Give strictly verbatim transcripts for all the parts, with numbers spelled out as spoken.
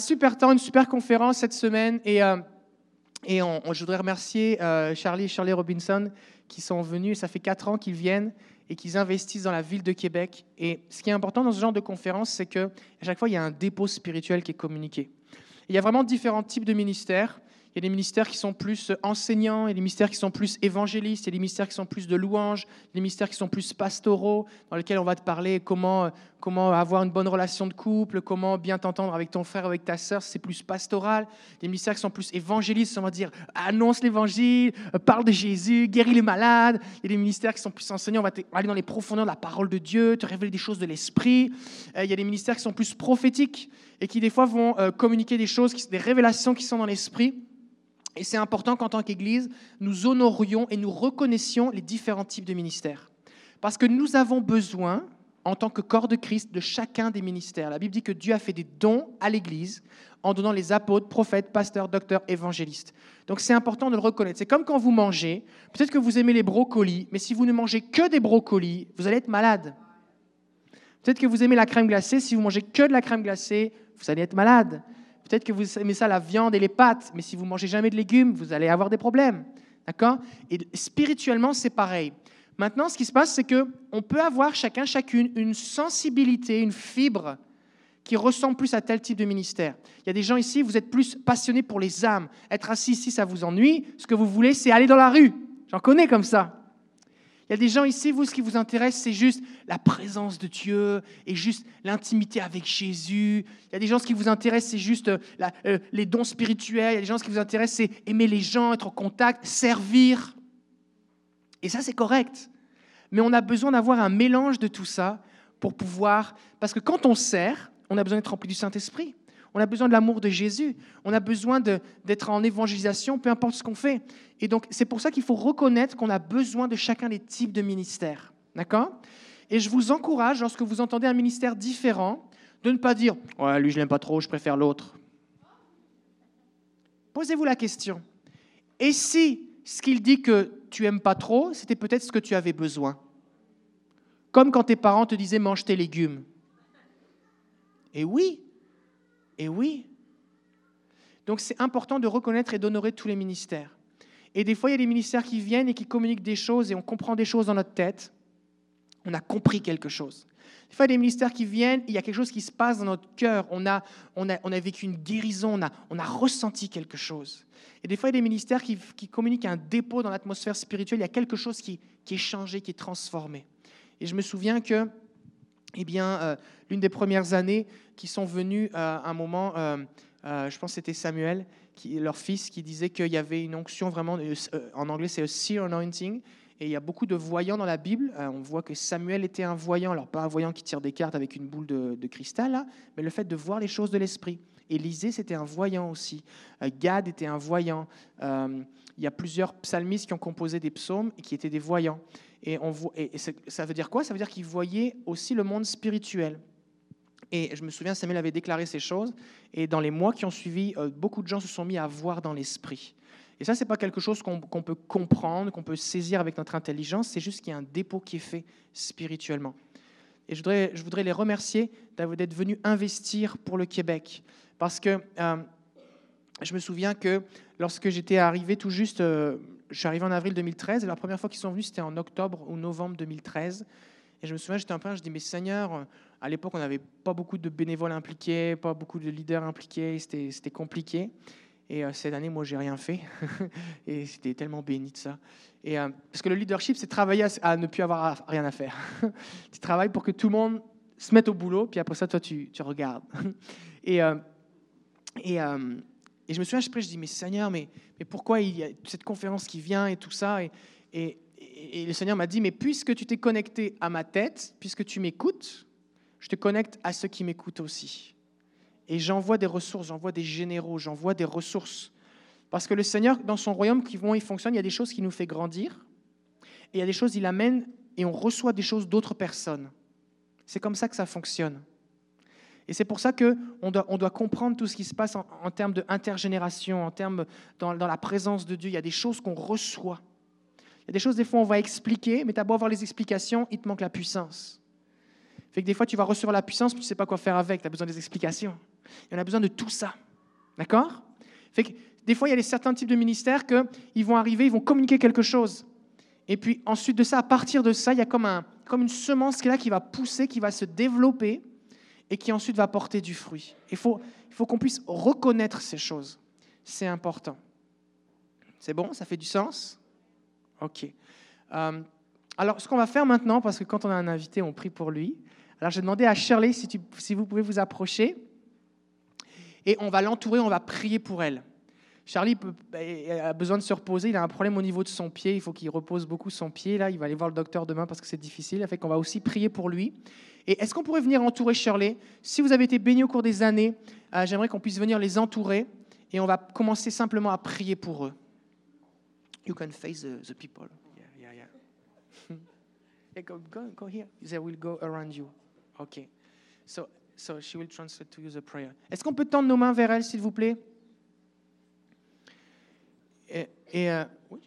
Super temps, une super conférence cette semaine et, euh, et on, on- je voudrais remercier euh, Charlie et Shirley Robinson qui sont venus. Ça fait quatre ans qu'ils viennent et qu'ils investissent dans la ville de Québec. Et ce qui est important dans ce genre de conférence, c'est qu'à chaque fois, il y a un dépôt spirituel qui est communiqué. Il y a vraiment différents types de ministères. Il y a des ministères qui sont plus enseignants, il y a des ministères qui sont plus évangélistes, il y a des ministères qui sont plus de louanges, des ministères qui sont plus pastoraux, dans lesquels on va te parler comment, comment avoir une bonne relation de couple, comment bien t'entendre avec ton frère, avec ta sœur, c'est plus pastoral. Des ministères qui sont plus évangélistes, on va dire annonce l'évangile, parle de Jésus, guéris les malades. Il y a des ministères qui sont plus enseignants, on va aller dans les profondeurs de la parole de Dieu, te révéler des choses de l'esprit. Il y a des ministères qui sont plus prophétiques et qui des fois vont communiquer des choses, des révélations qui sont dans l'esprit. Et c'est important qu'en tant qu'Église, nous honorions et nous reconnaissions les différents types de ministères. Parce que nous avons besoin, en tant que corps de Christ, de chacun des ministères. La Bible dit que Dieu a fait des dons à l'Église en donnant les apôtres, prophètes, pasteurs, docteurs, évangélistes. Donc c'est important de le reconnaître. C'est comme quand vous mangez. Peut-être que vous aimez les brocolis, mais si vous ne mangez que des brocolis, vous allez être malade. Peut-être que vous aimez la crème glacée. Si vous mangez que de la crème glacée, vous allez être malade. Peut-être que vous aimez ça, la viande et les pâtes, mais si vous ne mangez jamais de légumes, vous allez avoir des problèmes. D'accord ? Et spirituellement, c'est pareil. Maintenant, ce qui se passe, c'est qu'on peut avoir chacun, chacune, une sensibilité, une fibre qui ressemble plus à tel type de ministère. Il y a des gens ici, vous êtes plus passionnés pour les âmes. Être assis ici, ça vous ennuie. Ce que vous voulez, c'est aller dans la rue. J'en connais comme ça. Il y a des gens ici, vous, ce qui vous intéresse, c'est juste la présence de Dieu et juste l'intimité avec Jésus. Il y a des gens, ce qui vous intéresse, c'est juste la, euh, les dons spirituels. Il y a des gens, ce qui vous intéresse, c'est aimer les gens, être en contact, servir. Et ça, c'est correct. Mais on a besoin d'avoir un mélange de tout ça pour pouvoir... Parce que quand on sert, on a besoin d'être rempli du Saint-Esprit. On a besoin de l'amour de Jésus. On a besoin de, d'être en évangélisation, peu importe ce qu'on fait. Et donc, c'est pour ça qu'il faut reconnaître qu'on a besoin de chacun des types de ministères. D'accord ? Et je vous encourage, lorsque vous entendez un ministère différent, de ne pas dire « Ouais, lui, je l'aime pas trop, je préfère l'autre. » Posez-vous la question. Et si ce qu'il dit que tu aimes pas trop, c'était peut-être ce que tu avais besoin? Comme quand tes parents te disaient « Mange tes légumes. » Et oui, et oui. Donc, c'est important de reconnaître et d'honorer tous les ministères. Et des fois, il y a des ministères qui viennent et qui communiquent des choses et on comprend des choses dans notre tête. On a compris quelque chose. Des fois, il y a des ministères qui viennent, il y a quelque chose qui se passe dans notre cœur. On a, on a, on a vécu une guérison, on a, on a ressenti quelque chose. Et des fois, il y a des ministères qui, qui communiquent un dépôt dans l'atmosphère spirituelle. Il y a quelque chose qui, qui est changé, qui est transformé. Et je me souviens que, eh bien, euh, l'une des premières années qui sont venues à euh, un moment... Euh, Euh, je pense que c'était Samuel, qui, leur fils, qui disait qu'il y avait une onction vraiment, euh, en anglais c'est a seer anointing, et il y a beaucoup de voyants dans la Bible. Euh, on voit que Samuel était un voyant, alors pas un voyant qui tire des cartes avec une boule de, de cristal, là, mais le fait de voir les choses de l'esprit. Élisée, c'était un voyant aussi. Euh, Gad était un voyant. Euh, il y a plusieurs psalmistes qui ont composé des psaumes et qui étaient des voyants. Et, on voit, et, et ça veut dire quoi ? Ça veut dire qu'ils voyaient aussi le monde spirituel. Et je me souviens, Samuel avait déclaré ces choses. Et dans les mois qui ont suivi, euh, beaucoup de gens se sont mis à voir dans l'esprit. Et ça, ce n'est pas quelque chose qu'on, qu'on peut comprendre, qu'on peut saisir avec notre intelligence. C'est juste qu'il y a un dépôt qui est fait spirituellement. Et je voudrais, je voudrais les remercier d'être venus investir pour le Québec. Parce que euh, je me souviens que lorsque j'étais arrivé tout juste, euh, je suis arrivé en avril deux mille treize, et la première fois qu'ils sont venus, c'était en octobre ou novembre deux mille treize. Et je me souviens, j'étais un peu, je dis, mais Seigneur, à l'époque, on n'avait pas beaucoup de bénévoles impliqués, pas beaucoup de leaders impliqués, c'était, c'était compliqué. Et euh, cette année, moi, j'ai rien fait. Et j'étais tellement béni de ça. Et, euh, parce que le leadership, c'est travailler à, à ne plus avoir à, rien à faire. Tu travailles pour que tout le monde se mette au boulot, puis après ça, toi, tu, tu regardes. Et, euh, et, euh, et je me souviens, après, je dis, mais Seigneur, mais, mais pourquoi il y a cette conférence qui vient et tout ça et, et, et le Seigneur m'a dit, mais puisque tu t'es connecté à ma tête, puisque tu m'écoutes, je te connecte à ceux qui m'écoutent aussi. Et j'envoie des ressources, j'envoie des généraux, j'envoie des ressources. Parce que le Seigneur, dans son royaume, qui vont, il fonctionne, il y a des choses qui nous fait grandir, et il y a des choses, il amène, et on reçoit des choses d'autres personnes. C'est comme ça que ça fonctionne. Et c'est pour ça qu'on doit, on doit comprendre tout ce qui se passe en, en termes d'intergénération, en termes dans, dans la présence de Dieu. Il y a des choses qu'on reçoit. Il y a des choses, des fois, on va expliquer, mais tu as beau avoir les explications, il te manque la puissance. Fait que des fois, tu vas recevoir la puissance, mais tu ne sais pas quoi faire avec, tu as besoin des explications. Et on a besoin de tout ça. D'accord? Fait que, des fois, il y a des certains types de ministères qu'ils vont arriver, ils vont communiquer quelque chose. Et puis ensuite de ça, à partir de ça, il y a comme, un, comme une semence qui est là, qui va pousser, qui va se développer et qui ensuite va porter du fruit. Il faut, il faut qu'on puisse reconnaître ces choses. C'est important. C'est bon? Ça fait du sens? OK. Euh, alors, ce qu'on va faire maintenant, parce que quand on a un invité, on prie pour lui. Alors, j'ai demandé à Shirley si, tu, si vous pouvez vous approcher. Et on va l'entourer, on va prier pour elle. Charlie peut, a besoin de se reposer, il a un problème au niveau de son pied, il faut qu'il repose beaucoup son pied. Là, il va aller voir le docteur demain parce que c'est difficile. Ça fait qu'on va aussi prier pour lui. Et est-ce qu'on pourrait venir entourer Shirley? Si vous avez été bénis au cours des années, euh, j'aimerais qu'on puisse venir les entourer et on va commencer simplement à prier pour eux. You can face the, the people. Yeah, yeah, yeah. yeah go, go, go here. They will go around you. Okay. So, so she will translate to you the prayer. Est-ce qu'on peut tendre nos mains vers elle, s'il vous plaît? Et, et, euh, oui.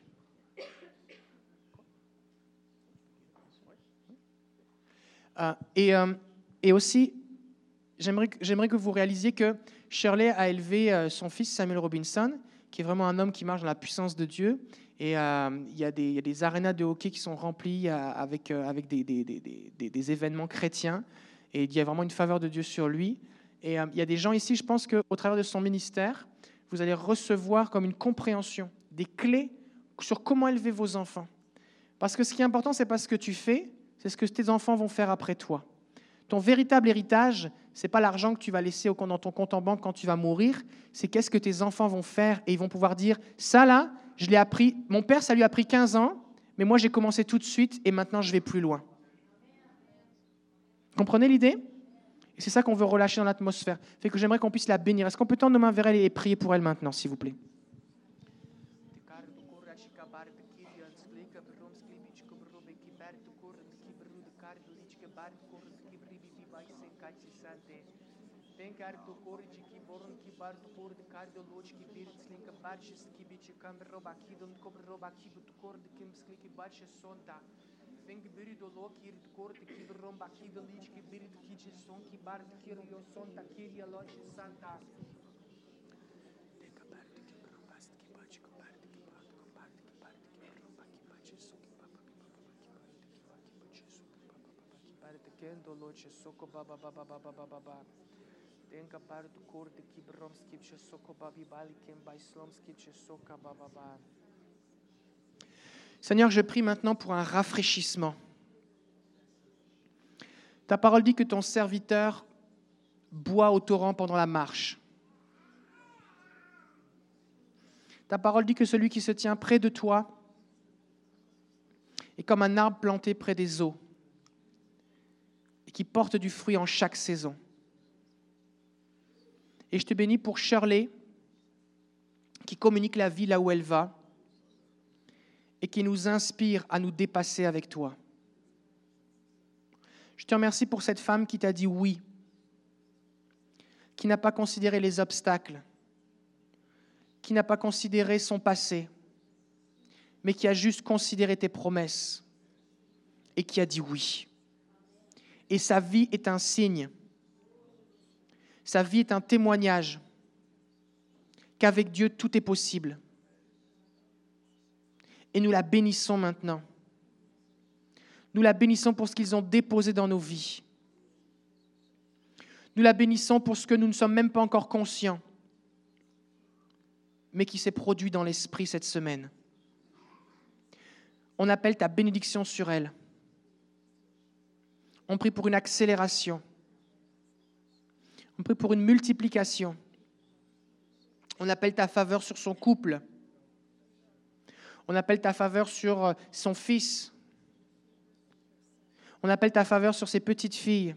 euh, et, euh, et aussi, j'aimerais, j'aimerais que vous réalisiez que Shirley a élevé euh, son fils Samuel Robinson, qui est vraiment un homme qui marche dans la puissance de Dieu. Et euh, il y a des, il y a des arénas de hockey qui sont remplies euh, avec, euh, avec des, des, des, des, des événements chrétiens. Et il y a vraiment une faveur de Dieu sur lui. Et euh, il y a des gens ici, je pense qu'au travers de son ministère, vous allez recevoir comme une compréhension, des clés sur comment élever vos enfants. Parce que ce qui est important, ce n'est pas ce que tu fais, c'est ce que tes enfants vont faire après toi. Ton véritable héritage, ce n'est pas l'argent que tu vas laisser dans ton compte en banque quand tu vas mourir, c'est qu'est-ce que tes enfants vont faire et ils vont pouvoir dire, ça là, je l'ai appris, mon père, ça lui a pris quinze ans, mais moi j'ai commencé tout de suite et maintenant je vais plus loin. Comprenez l'idée? Et c'est ça qu'on veut relâcher dans l'atmosphère. Fait que j'aimerais qu'on puisse la bénir. Est-ce qu'on peut tendre nos mains vers elle et prier pour elle maintenant, s'il vous plaît? Vem birido lokir kord ki romba ki lich ki birid ki son ki bar ki rio sonta ki ria loche santa. Deka bar ki romba ki bachi ko bar ki bar ko bar ki bar ki romba ki bachi so ki papa ki papa ki bar ki ki bachi so ki papa papa ki bar te kendo loche soko baba baba baba baba baba. Denka bar du kord ki romski che soko babi bali kem bai slomski che soka baba baba. Seigneur, je prie maintenant pour un rafraîchissement. Ta parole dit que ton serviteur boit au torrent pendant la marche. Ta parole dit que celui qui se tient près de toi est comme un arbre planté près des eaux et qui porte du fruit en chaque saison. Et je te bénis pour Shirley qui communique la vie là où elle va et qui nous inspire à nous dépasser avec toi. Je te remercie pour cette femme qui t'a dit oui, qui n'a pas considéré les obstacles, qui n'a pas considéré son passé, mais qui a juste considéré tes promesses et qui a dit oui. Et sa vie est un signe, sa vie est un témoignage qu'avec Dieu tout est possible. Et nous la bénissons maintenant. Nous la bénissons pour ce qu'ils ont déposé dans nos vies. Nous la bénissons pour ce que nous ne sommes même pas encore conscients, mais qui s'est produit dans l'esprit cette semaine. On appelle ta bénédiction sur elle. On prie pour une accélération. On prie pour une multiplication. On appelle ta faveur sur son couple. On appelle ta faveur sur son fils. On appelle ta faveur sur ses petites filles.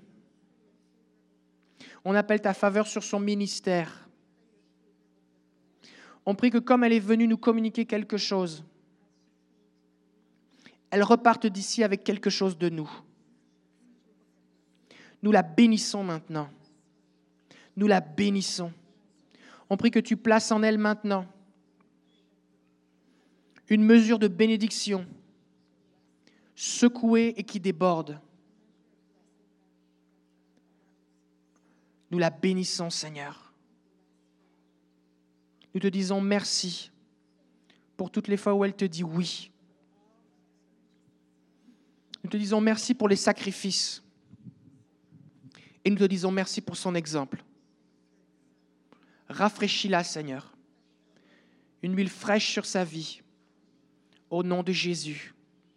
On appelle ta faveur sur son ministère. On prie que comme elle est venue nous communiquer quelque chose, elle reparte d'ici avec quelque chose de nous. Nous la bénissons maintenant. Nous la bénissons. On prie que tu places en elle maintenant une mesure de bénédiction, secouée et qui déborde. Nous la bénissons, Seigneur. Nous te disons merci pour toutes les fois où elle te dit oui. Nous te disons merci pour les sacrifices. Et nous te disons merci pour son exemple. Rafraîchis-la, Seigneur. Une huile fraîche sur sa vie. Au nom de Jésus.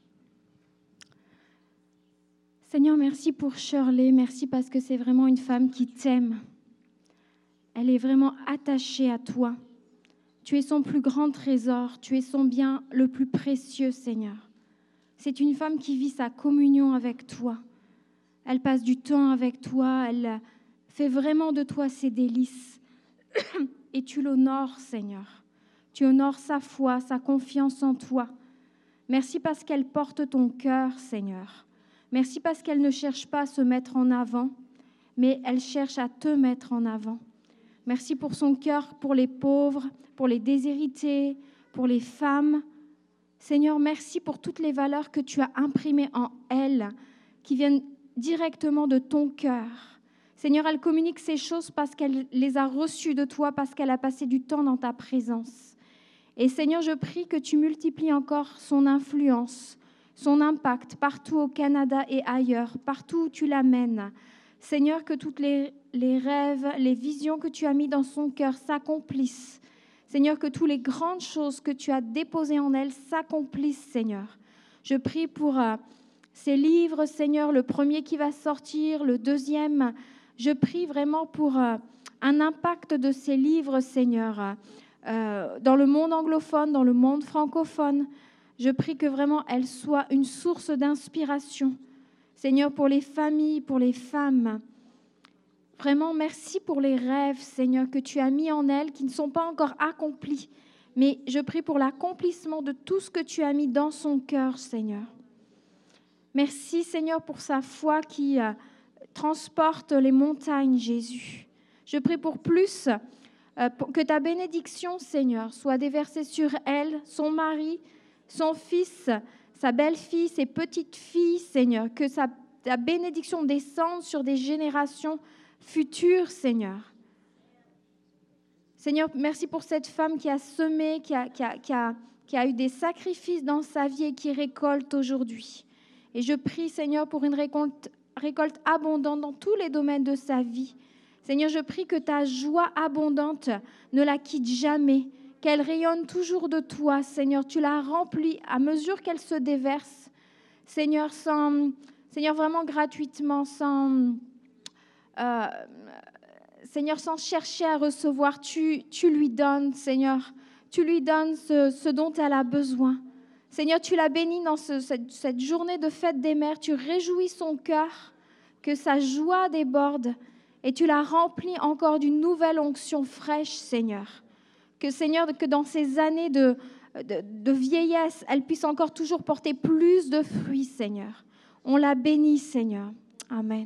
Seigneur, merci pour Shirley. Merci parce que c'est vraiment une femme qui t'aime. Elle est vraiment attachée à toi. Tu es son plus grand trésor. Tu es son bien le plus précieux, Seigneur. C'est une femme qui vit sa communion avec toi. Elle passe du temps avec toi. Elle fait vraiment de toi ses délices. Et tu l'honores, Seigneur. Tu honores sa foi, sa confiance en toi. Merci parce qu'elle porte ton cœur, Seigneur. Merci parce qu'elle ne cherche pas à se mettre en avant, mais elle cherche à te mettre en avant. Merci pour son cœur, pour les pauvres, pour les déshérités, pour les femmes. Seigneur, merci pour toutes les valeurs que tu as imprimées en elle, qui viennent directement de ton cœur. Seigneur, elle communique ces choses parce qu'elle les a reçues de toi, parce qu'elle a passé du temps dans ta présence. Et Seigneur, je prie que tu multiplies encore son influence, son impact partout au Canada et ailleurs, partout où tu l'amènes. Seigneur, que toutes les, les rêves, les visions que tu as mis dans son cœur s'accomplissent. Seigneur, que toutes les grandes choses que tu as déposées en elle s'accomplissent, Seigneur. Je prie pour euh, ces livres, Seigneur, le premier qui va sortir, le deuxième. Je prie vraiment pour euh, un impact de ces livres, Seigneur, euh, dans le monde anglophone, dans le monde francophone. Je prie que vraiment elle soit une source d'inspiration. Seigneur, pour les familles, pour les femmes. Vraiment, merci pour les rêves, Seigneur, que tu as mis en elles, qui ne sont pas encore accomplis. Mais je prie pour l'accomplissement de tout ce que tu as mis dans son cœur, Seigneur. Merci, Seigneur, pour sa foi qui euh, transporte les montagnes, Jésus. Je prie pour plus, euh, pour que ta bénédiction, Seigneur, soit déversée sur elle, son mari, son fils, sa belle-fille, ses petites-filles, Seigneur, que sa, ta bénédiction descende sur des générations futures, Seigneur. Seigneur, merci pour cette femme qui a semé, qui a, qui a, qui a, qui a eu des sacrifices dans sa vie et qui récolte aujourd'hui. Et je prie, Seigneur, pour une récolte, récolte abondante dans tous les domaines de sa vie. Seigneur, je prie que ta joie abondante ne la quitte jamais, qu'elle rayonne toujours de toi, Seigneur. Tu la remplis à mesure qu'elle se déverse, Seigneur, sans, Seigneur, vraiment gratuitement, sans, euh, Seigneur, sans chercher à recevoir. Tu, tu lui donnes, Seigneur, tu lui donnes ce, ce dont elle a besoin. Seigneur, tu la bénis dans ce, cette, cette journée de fête des mères. Tu réjouis son cœur, que sa joie déborde, et tu la remplis encore d'une nouvelle onction fraîche, Seigneur. Que, Seigneur, que dans ces années de, de, de vieillesse, elle puisse encore toujours porter plus de fruits, Seigneur. On la bénit, Seigneur. Amen.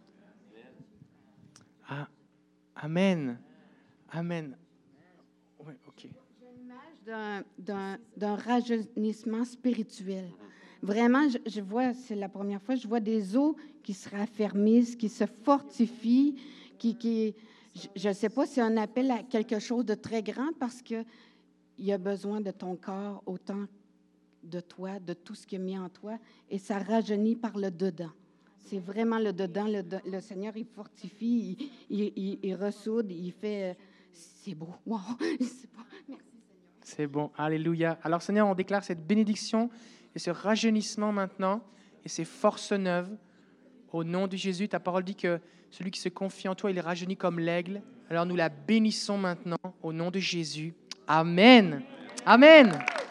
Ah, amen. Amen. Oui, OK. J'ai l'image d'un, d'un, d'un rajeunissement spirituel. Vraiment, je, je vois, c'est la première fois, je vois des os qui se raffermissent, qui se fortifient, qui... qui je ne sais pas si c'est un appel à quelque chose de très grand parce qu'il y a besoin de ton corps autant de toi, de tout ce qui est mis en toi, et ça rajeunit par le dedans. C'est vraiment le dedans. Le, le Seigneur, il fortifie, il, il, il, il ressoude, il fait... C'est beau. Wow! C'est beau. Merci, Seigneur. C'est bon. Alléluia. Alors, Seigneur, on déclare cette bénédiction et ce rajeunissement maintenant et ces forces neuves. Au nom de Jésus, ta parole dit que celui qui se confie en toi, il est rajeuni comme l'aigle. Alors nous la bénissons maintenant au nom de Jésus. Amen. Amen.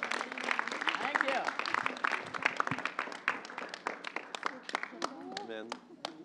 Amen.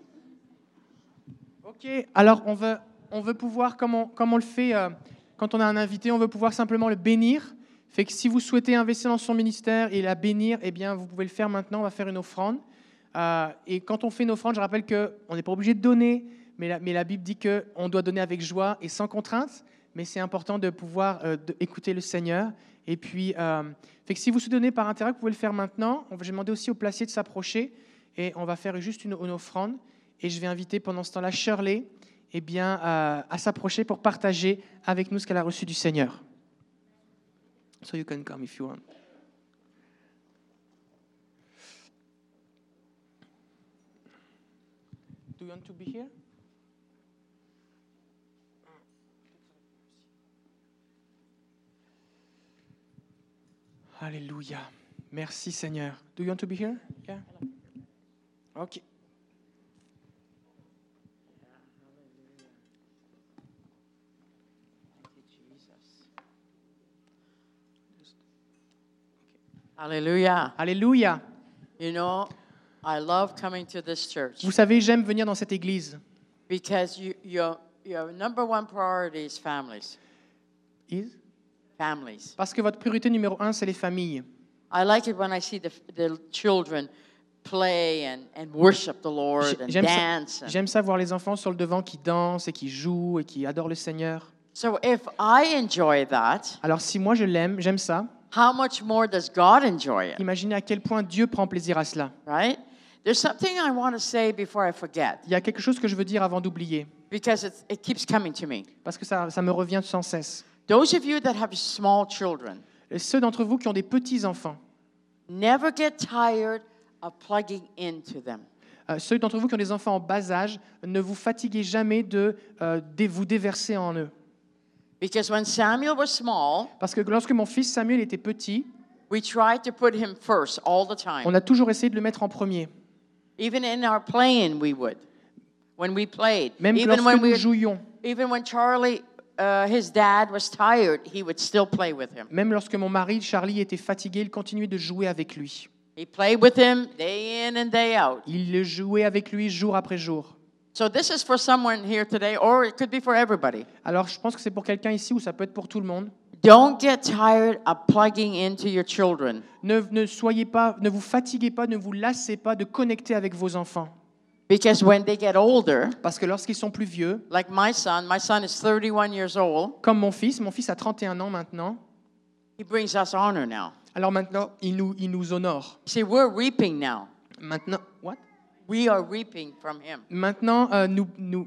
OK, alors on veut, on veut pouvoir, comme on, comme on le fait euh, quand on a un invité, on veut pouvoir simplement le bénir. Fait que si vous souhaitez investir dans son ministère et la bénir, eh bien vous pouvez le faire maintenant, on va faire une offrande. Euh, et quand on fait une offrande, je rappelle qu'on n'est pas obligé de donner, mais la, mais la Bible dit qu'on doit donner avec joie et sans contrainte, mais c'est important de pouvoir euh, de écouter le Seigneur. Et puis, euh, fait que si vous souhaitez donner par intérêt, vous pouvez le faire maintenant. On va demander aussi au placier de s'approcher et on va faire juste une, une offrande. Et je vais inviter pendant ce temps-là Shirley eh bien, à, à s'approcher pour partager avec nous ce qu'elle a reçu du Seigneur. So you can come if you want. Do you want to be here? Alléluia. Merci Seigneur. Do you want to be here? Yeah. OK. Hallelujah. Alléluia. You know, I love coming to this church Vous savez, j'aime venir dans cette église. because you, your, your number one priority is families. Is? Families. Parce que votre priorité numéro un, c'est les familles. I like it when I see the, the children play and, and worship the Lord J'ai- and J'aime dance. ça, and- j'aime ça voir les enfants sur le devant qui dansent et qui jouent et qui adorent le Seigneur. So if I enjoy that, Alors si moi je l'aime, j'aime ça, how much more does God enjoy it, imaginez à quel point Dieu prend plaisir à cela. right? There's something I want to say before I forget Il y a quelque chose que je veux dire avant d'oublier, because it's, it keeps coming to me. parce que ça, ça me revient sans cesse. Those of you that have small children, Et ceux d'entre vous qui ont des petits-enfants, never get tired of plugging into them. euh, ceux d'entre vous qui ont des enfants en bas âge, ne vous fatiguez jamais de euh, dé- vous déverser en eux. Because when Samuel was small, Parce que lorsque mon fils Samuel était petit, we tried to put him first all the time. on a toujours essayé de le mettre en premier. Even in our playing, we would. When we played, Même even lorsque when nous we, jouions, even when Charlie, uh, his dad was tired, he would still play with him. même lorsque mon mari Charlie était fatigué, il continuait de jouer avec lui. He played with him day in and day out. Il le jouait avec lui jour après jour. So this is for someone here today, or it could be for everybody. Alors je pense que c'est pour quelqu'un ici ou ça peut être pour tout le monde. Don't get tired of plugging into your children. Ne, ne soyez pas, ne vous fatiguez pas, ne vous lassez pas de connecter avec vos enfants. Because when they get older, Parce que lorsqu'ils sont plus vieux, like my son, my son is thirty-one years old. comme mon fils, mon fils a trente et un ans maintenant, He brings us honor now. alors maintenant il nous, il nous honore. See, we're reaping now. Maintenant, what? We are reaping from him. Maintenant euh, nous, nous,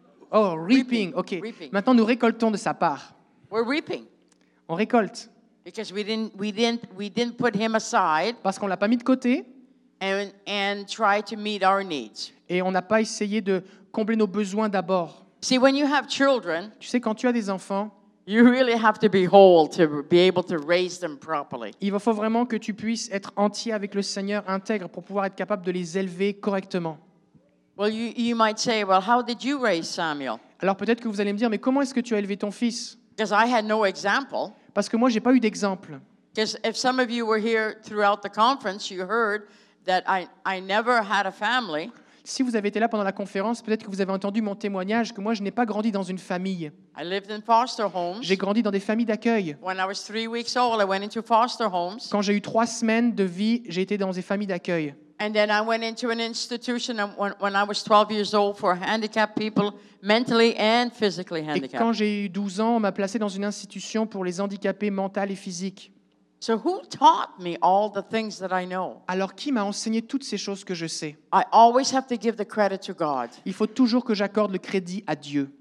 oh reaping, Reaping, ok. reaping. Maintenant nous récoltons de sa part. We're reaping On récolte because we didn't, we didn't, we didn't put him aside parce qu'on l'a pas mis de côté and, and try to meet our needs. et on n'a pas essayé de combler nos besoins d'abord. See, when you have children, Tu sais, quand tu as des enfants, you really have to be whole to be able to raise them properly. il faut vraiment que tu puisses être entier avec le Seigneur, intègre, pour pouvoir être capable de les élever correctement. Well, you, you might say, well, how did you raise Samuel? Alors peut-être que vous allez me dire, mais comment est-ce que tu as élevé ton fils? Because I had no example. Parce que moi, j'ai pas eu d'exemple. Because if some of you were here throughout the conference, you heard that I, I never had a family. Si vous avez été là pendant la conférence, peut-être que vous avez entendu mon témoignage que moi, je n'ai pas grandi dans une famille. I lived in foster homes. J'ai grandi dans des familles d'accueil. When I was three weeks old, I went into foster homes. Quand j'ai eu trois semaines de vie, j'ai été dans des familles d'accueil. And then I went into an institution when, when I was twelve years old for handicapped people, mentally and physically Et quand handicapped. j'ai eu douze ans, on m'a placé dans une institution pour les handicapés mentaux et physiques. So who taught me all the things that I know? Alors qui m'a enseigné toutes ces choses que je sais? I always have to give the credit to God. Il faut toujours que j'accorde le crédit à Dieu.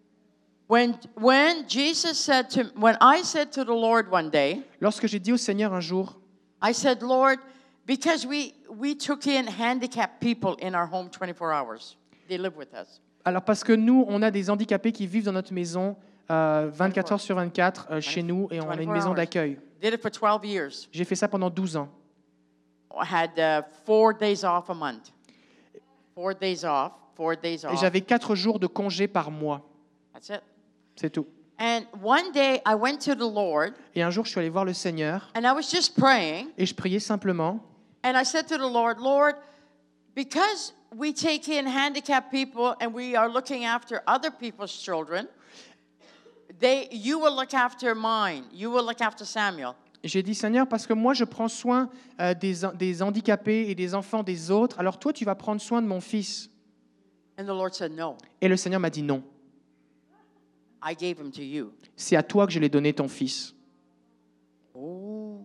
When, when Jesus said to, when I said to the Lord one day, Lorsque j'ai dit au Seigneur un jour, I said, Lord, because we, we took in handicapped people in our home twenty-four hours. They live with us. alors parce que nous, on a des handicapés qui vivent dans notre maison euh, vingt-quatre heures sur vingt-quatre euh, chez nous et on a une maison d'accueil. Did it for twelve years. J'ai fait ça pendant douze ans. I had uh, four days off a month. Four days off, four days Et off. j'avais quatre jours de congé par mois. That's it. C'est tout. And one day I went to the Lord Et un jour, je suis allé voir le Seigneur and I was just praying et je priais simplement. and I said to the Lord, Lord, because we take in handicapped people and we are looking after other people's children, they, you will look after mine. You will look after Samuel. J'ai dit, Seigneur, parce que moi, je prends soin euh, des, des handicapés et des enfants des autres, alors toi, tu vas prendre soin de mon fils. And the Lord said, no, Et le Seigneur m'a dit, non, I gave him to you. c'est à toi que je l'ai donné ton fils. Oh.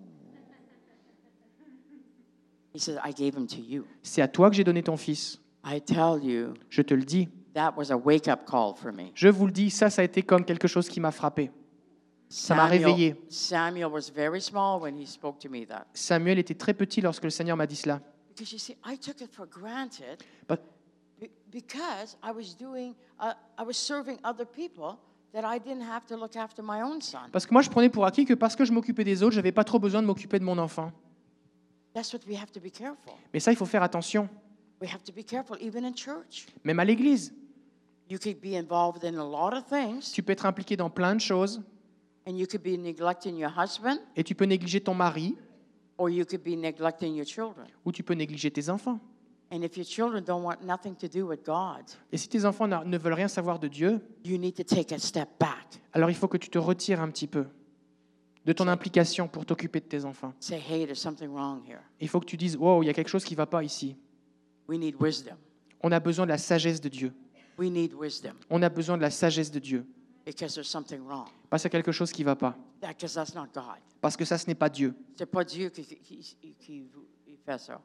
He said, I gave him to you. C'est à toi que j'ai donné ton fils. I tell you, Je te le dis. that was a wake-up call for me. Je vous le dis, ça, ça a été comme quelque chose qui m'a frappé. Ça m'a réveillé. Samuel was very small when he spoke to me that. Samuel était très petit lorsque le Seigneur m'a dit cela. Because you see, I took it for granted But- be- because I was doing, uh, I was serving other people that I didn't have to look after my own son. Parce que moi, je prenais pour acquis que parce que je m'occupais des autres, je n'avais pas trop besoin de m'occuper de mon enfant. That's what we have to be careful. Mais ça, il faut faire attention, We have to be careful even in church. même à l'église. You could be involved in a lot of things, Tu peux être impliqué dans plein de choses and you could be neglecting your husband, et tu peux négliger ton mari or you could be neglecting your children. ou tu peux négliger tes enfants. And if your children don't want nothing to do with God, Et si tes enfants n'a- ne veulent rien savoir de Dieu, you need to take a step back. alors il faut que tu te retires un petit peu de ton implication pour t'occuper de tes enfants. Say, hey, there's something wrong here. Il faut que tu dises, wow, il y a quelque chose qui ne va pas ici. We need wisdom. On a besoin de la sagesse de Dieu. We need wisdom On a besoin de la sagesse de Dieu. because there's something wrong. Parce qu'il y a quelque chose qui ne va pas. Because that's not God. Parce que ça, ce n'est pas Dieu. C'est pas Dieu qui, qui, qui, qui qui fait ça.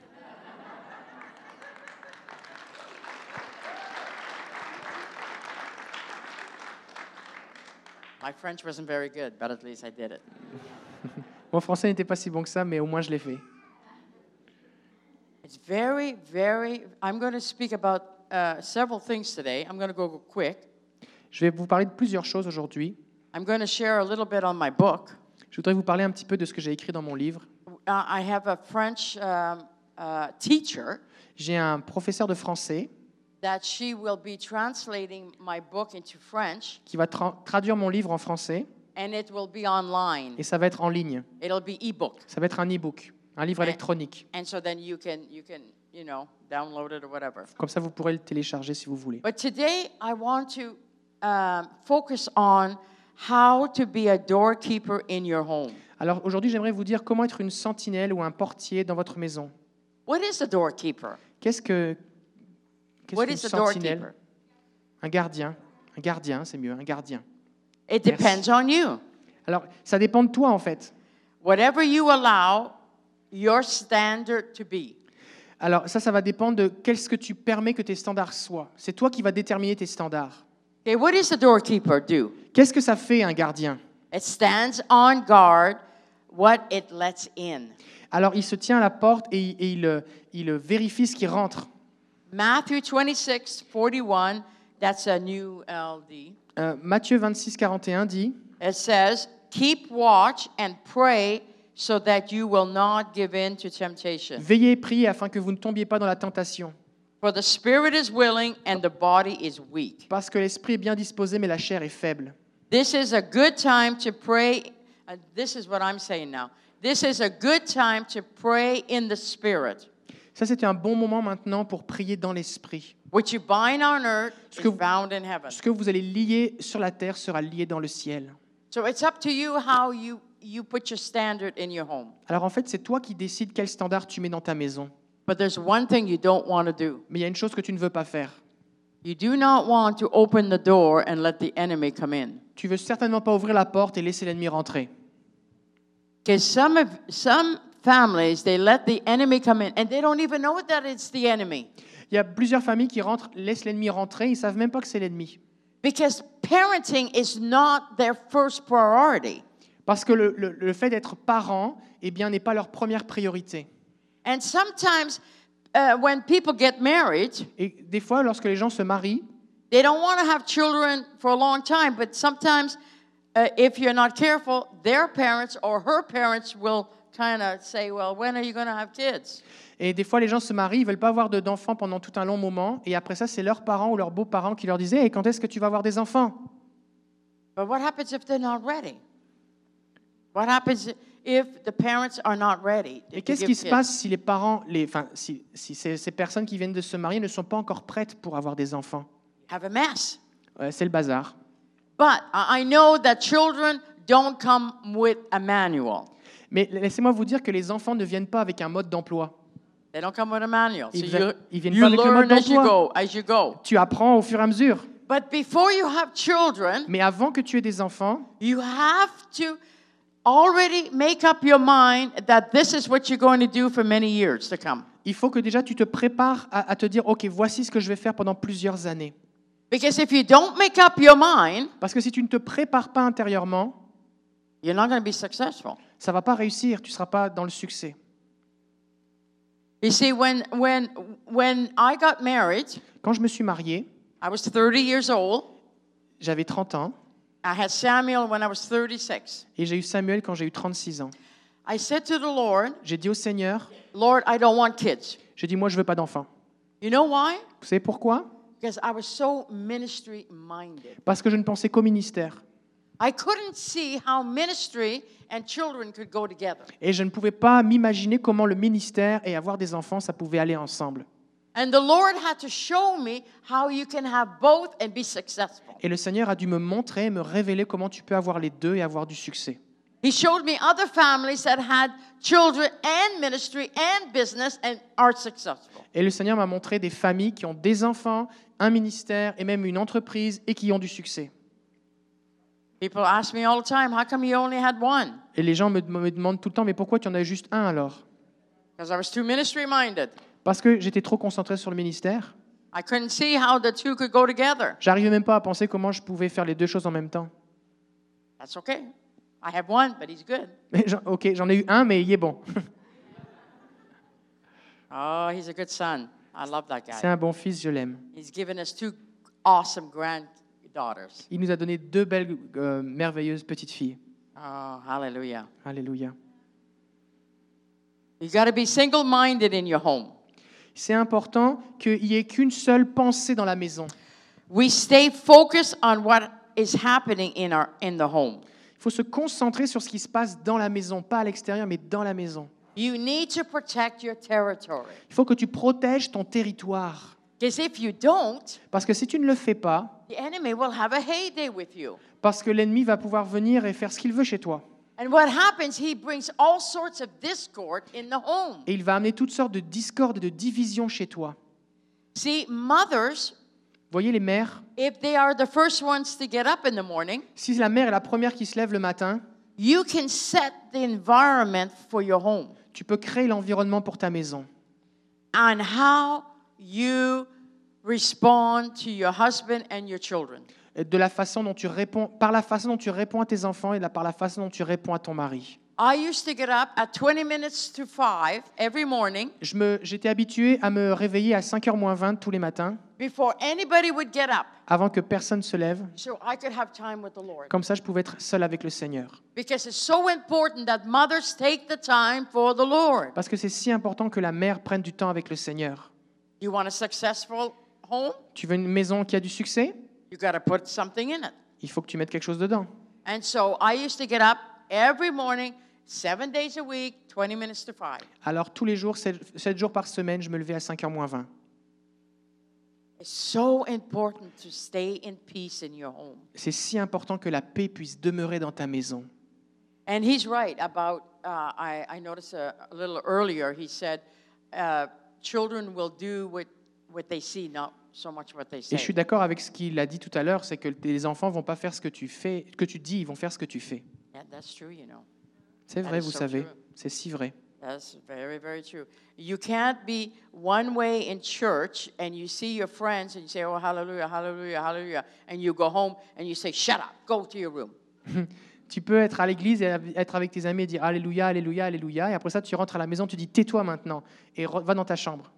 My French wasn't very good, but at least I did it. Mon français n'était pas si bon que ça, mais au moins je l'ai fait. It's very, very. I'm going to speak about uh, several things today. I'm going to go quick. Je vais vous parler de plusieurs choses aujourd'hui. I'm going to share a little bit on my book. Je voudrais vous parler un petit peu de ce que j'ai écrit dans mon livre. Uh, I have a French um, uh, teacher J'ai un professeur de français that she will be translating my book into French, qui va tra- traduire mon livre en français and it will be online. et ça va être en ligne. It'll be ebook, Ça va être un e-book, un livre Eh. électronique. and so then you can you can you know download it or whatever. Comme ça, vous pourrez le télécharger si vous voulez. But today I want to um, focus on how to be a doorkeeper in your home. Alors aujourd'hui, j'aimerais vous dire comment être une sentinelle ou un portier dans votre maison. What is a doorkeeper? Qu'est-ce que qu'est-ce What qu'une is a sentinelle? doorkeeper? Un gardien. Un gardien, c'est mieux, un gardien. It Merci. depends on you. Alors, ça dépend de toi en fait. Whatever you allow your standard to be. Alors ça, ça va dépendre de qu'est-ce que tu permets que tes standards soient. C'est toi qui vas déterminer tes standards. Okay, what does a doorkeeper do? Qu'est-ce que ça fait un gardien? It stands on guard what it lets in. Alors il se tient à la porte et, il- et il, euh, il vérifie ce qui rentre. Matthew twenty-six forty-one, that's a new L D. Euh, Matthieu vingt-six, quarante et un dit, It says, keep watch and pray so that you will not give in to temptation. veillez et priez afin que vous ne tombiez pas dans la tentation. For the spirit is willing and the body is weak. Parce que l'esprit est bien disposé, mais la chair est faible. This is a good time to pray. Uh, this is what I'm saying now. This is a good time to pray in the spirit. Ça, c'était un bon moment maintenant pour prier dans l'esprit. What you bind on earth Ce is que vous- bound in heaven. Ce que vous allez lier sur la terre sera lié dans le ciel. So it's up to you how you, you put your standard in your home. Alors en fait, c'est toi qui décides quel standard tu mets dans ta maison. But there's one thing you don't want to do. Mais il y a une chose que tu ne veux pas faire. You do not want to open the door and let the enemy come in. Tu veux certainement pas ouvrir la porte et laisser l'ennemi rentrer. Because some of some families they let the enemy come in and they don't even know that it's the enemy. Il y a plusieurs familles qui rentrent, laissent l'ennemi rentrer, ils savent même pas que c'est l'ennemi. Because parenting is not their first priority. Parce que le, le- le fait d'être parent, eh bien, n'est pas leur première priorité. And sometimes uh, when people get married, Et des fois, lorsque les gens se marient, they don't want to have children for a long time, but sometimes uh, if you're not careful, their parents or her parents will kind of say, well, when are you going to have kids? et des fois, les gens se marient, ils veulent pas avoir de- d'enfants pendant tout un long moment, et après ça, c'est leurs parents ou leurs beaux-parents qui leur disaient hey, « quand est-ce que tu vas avoir des enfants ?» But what happens if they're not ready? What happens if the parents are not ready to Et qu'est-ce give qui se kids? passe si les parents, les, enfin, si, si ces, ces personnes qui viennent de se marier ne sont pas encore prêtes pour avoir des enfants? Have a mess. Ouais, c'est le bazar. But I I know that children don't come with a manual. Mais laissez-moi vous dire que les enfants ne viennent pas avec un mode d'emploi. They don't come with a manual. So Ils you, viennent- ils viennent you pas avec le mode learn as you d'emploi. go, as you go. Tu apprends au fur et à mesure. But before you have children, Mais avant que tu aies des enfants, you have to already make up your mind that this is what you're going to do for many years to come. Il faut que déjà tu te prépares à, à te dire, OK, voici ce que je vais faire pendant plusieurs années. Because if you don't make up your mind, Parce que si tu ne te prépares pas intérieurement, you're not going to be successful. ça ne va pas réussir, tu ne seras pas dans le succès. You see, when, when, when I got married, Quand je me suis marié, I was thirty years old. j'avais trente ans I had Samuel when I was thirty-six. et j'ai eu Samuel quand j'ai eu trente-six ans. I said to the Lord, J'ai dit au Seigneur, Lord, I don't want kids. j'ai dit, moi, je ne veux pas d'enfants. You know why? Vous savez pourquoi? Because I was so ministry minded. Parce que je ne pensais qu'au ministère. I couldn't see how ministry and children could go together. Et je ne pouvais pas m'imaginer comment le ministère et avoir des enfants, ça pouvait aller ensemble. And the Lord had to show me how you can have both and be successful. Et le Seigneur a dû me montrer, me révéler comment tu peux avoir les deux et avoir du succès. He showed me other families that had children and ministry and business and are successful. Et le Seigneur m'a montré des familles qui ont des enfants, un ministère et même une entreprise et qui ont du succès. People ask me all the time, how come you only had one? Et les gens me, me demandent tout le temps, mais pourquoi tu en as juste un alors? Because I was too ministry minded. Parce que j'étais trop concentré sur le ministère. I couldn't see how the two could go together. J'arrivais même pas à penser comment je pouvais faire les deux choses en même temps. That's okay. I have one, but he's good. Mais j'en- ok, j'en ai eu un, mais il est bon. Oh, he's a good son. I love that C'est guy. un bon fils, je l'aime. He's given us two awesome granddaughters. Il nous a donné deux belles, euh, merveilleuses petites filles. Oh, hallelujah. Alléluia. You got to be single-minded in your home. C'est important qu'il n'y ait qu'une seule pensée dans la maison. We stay focused on what is happening in our in the home. Il faut se concentrer sur ce qui se passe dans la maison, pas à l'extérieur, mais dans la maison. You need to protect your territory. Il faut que tu protèges ton territoire. Because if you don't, Parce que si tu ne le fais pas, the enemy will have a heyday with you. parce que l'ennemi va pouvoir venir et faire ce qu'il veut chez toi. And what happens, he brings all sorts of discord in the home. Et il va amener toutes sortes de discordes et de divisions chez toi. See, mothers, Voyez les mères, if they are the first ones to get up in the morning, si la mère est la première qui se lève le matin, you can set the environment for your home tu peux créer l'environnement pour ta maison. and how you respond to your husband and your children. De la façon dont tu réponds, par la façon dont tu réponds à tes enfants et la- par la façon dont tu réponds à ton mari. I used to get up at twenty minutes to five every morning Je me, j'étais habitué à me réveiller à cinq heures moins vingt tous les matins, before anybody would get up avant que personne se lève. so I could have time with the Lord. Comme ça, je pouvais être seul avec le Seigneur. Because it's so important that mothers take the time for the Lord. Parce que c'est si important que la mère prenne du temps avec le Seigneur. You want a successful home? Tu veux une maison qui a du succès? You got to put something in it. Il faut que tu mettes quelque chose dedans. And so I used to get up every morning, seven days a week, twenty minutes to five. Alors tous les jours, sept jours par semaine, je me levais à cinq heures moins vingt. It's so important to stay in peace in your home. C'est si important que la paix puisse demeurer dans ta maison. And he's right about, uh, I, I noticed a, a little earlier, he said, uh, children will do what, what they see, not so much what they Et say. je suis d'accord avec ce qu'il a dit tout à l'heure, c'est que les enfants vont pas faire ce que tu fais, que tu dis, ils vont faire ce que tu fais. Yeah, that's true, you know. C'est That vrai, is vous so savez, true. c'est si vrai. That's very, very true. You can't be one way in church and you see your friends and you say, oh, hallelujah, hallelujah, hallelujah, and you go home and you say, shut up, go to your room. Tu peux être à l'église et être avec tes amis et dire Alléluia, Alléluia, Alléluia, et après ça, tu rentres à la maison, tu dis tais-toi maintenant et re- va dans ta chambre.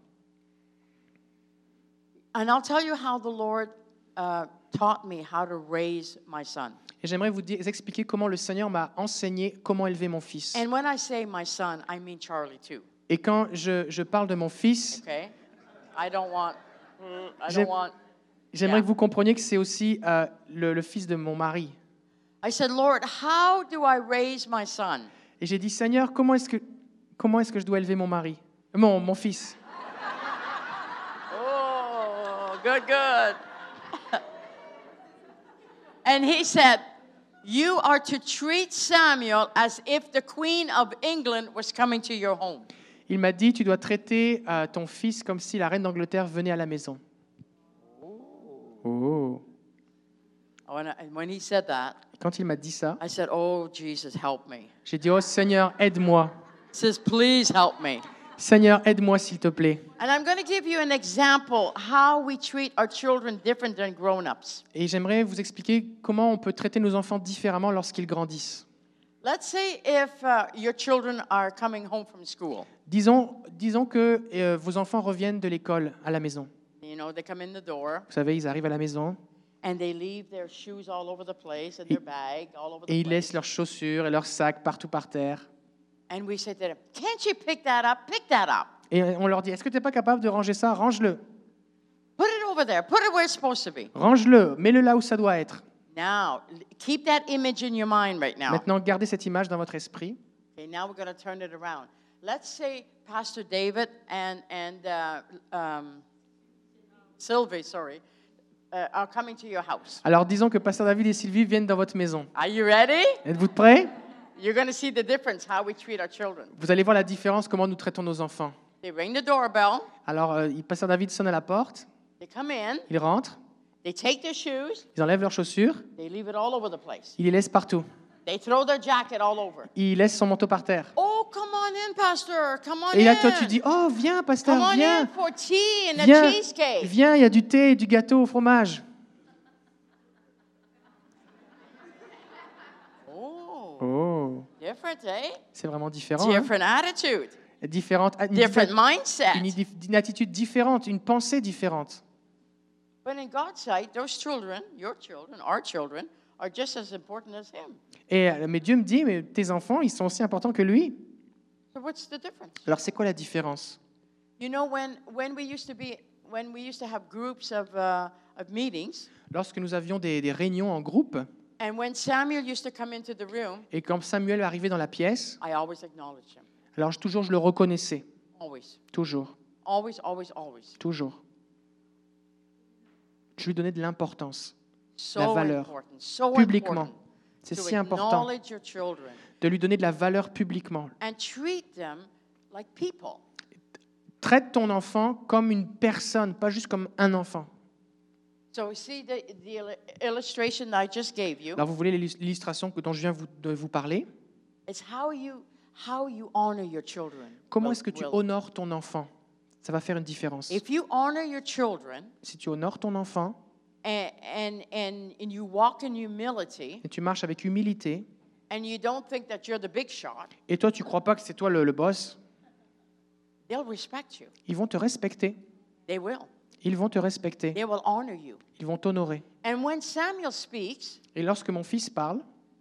And I'll tell you how the Lord uh, taught me how to raise my son. Et j'aimerais vous dire- expliquer comment le Seigneur m'a enseigné comment élever mon fils. And when I say my son, I mean Charlie too. Et quand je, je parle de mon fils, Okay? I don't want, mm, I J'ai- don't want. j'aimerais Yeah. que vous compreniez que c'est aussi euh, le, le fils de mon mari. I said, Lord, how do I raise my son? Et j'ai dit Seigneur, comment est-ce que, comment est-ce que je dois élever mon mari, mon, mon fils? Oh, good, good. And he said, you are to treat Samuel as if the Queen of England was coming to your home. Il m'a dit tu dois traiter euh, ton fils comme si la reine d'Angleterre venait à la maison. Oh. When, I, when he said that, Quand il m'a dit ça, I said, "Oh Jesus, help me." j'ai dit, oh Seigneur, aide-moi. He says, "Please help me." Seigneur, aide-moi s'il te plaît. And I'm going to give you an example how we treat our children different than grown-ups. Et j'aimerais vous expliquer comment on peut traiter nos enfants différemment lorsqu'ils grandissent. Let's say if uh, your children are coming home from school. Disons, disons que euh, vos enfants reviennent de l'école à la maison. You know, they come in the door Vous savez, ils arrivent à la maison and they leave their shoes all over the place and their bag all over et the ils place. laissent leurs chaussures et leurs sacs partout par terre. And we say to them, "Can't you pick that up? Pick that up. Et on leur dit, est-ce que tu n'es pas capable de ranger ça? Range-le. Put it over there. Put it where it's supposed to be." Range-le. Mets-le là où ça doit être. Now, l- keep that image in your mind right now. Maintenant, gardez cette image dans votre esprit. Okay, now we're going to turn it around. Let's say Pastor David and and uh, um, Sylvie, sorry, uh, are coming to your house. Alors, disons que Pasteur David et Sylvie viennent dans votre maison. Are you ready? Êtes-vous prêts? You're going to see the difference how we treat our children. Vous allez voir la différence, comment nous traitons nos enfants. They ring the doorbell. Alors, euh, Pasteur David sonne à la porte. They come in. Il rentre. They take their shoes. Ils enlèvent leurs chaussures. They leave it all over the place. Il les laisse partout. They throw their jacket all over. Il laisse son manteau par terre. Oh, come on in, Pastor. Come on Et là, in. toi, tu dis, oh, viens, Come pasteur, on viens. in for tea and a Viens, cheesecake. viens, il y a du thé et du gâteau au fromage. Oh, Oh, different, eh? c'est vraiment différent. Hein? Different attitude. Différente, une, Different diffé- mindset. une, idif- une attitude différente, une pensée différente. But in God's sight, those children, your children, our children, are just as important as Him. Et, euh, mais Dieu me dit, mais tes enfants, ils sont aussi importants que lui. So what's the difference? Alors, c'est quoi la différence? You know, when when we used to be, when we used to have groups of uh, of meetings, Lorsque nous avions des, des réunions en groupe, and when Samuel used to come into the room, et quand Samuel arrivait dans la pièce, I always acknowledged him. alors je- toujours je le reconnaissais. Always, Toujours, always, always, always. toujours. Je lui donnais de l'importance, So La valeur. important, so publiquement. important C'est to si important acknowledge your children de lui donner de la valeur publiquement. and treat them like people. Traite ton enfant comme une personne, pas juste comme un enfant. So you see the, the illu- illustration that I just gave you. Alors vous voulez l'illus- l'illustration que- dont je viens vous- de vous parler? It's how you how you honor your children. Comment will- est-ce que tu will. honores ton enfant? Ça va faire une différence. If you honor your children Si tu honores ton enfant and, and and and you walk in humility et tu marches avec humilité, and you don't think that you're the big shot, et toi tu crois pas que c'est toi le, le boss, they'll respect you. ils vont te respecter. They will. Ils vont te respecter. They will honor you. Ils vont t'honorer. And when Samuel speaks, Et lorsque mon fils parle,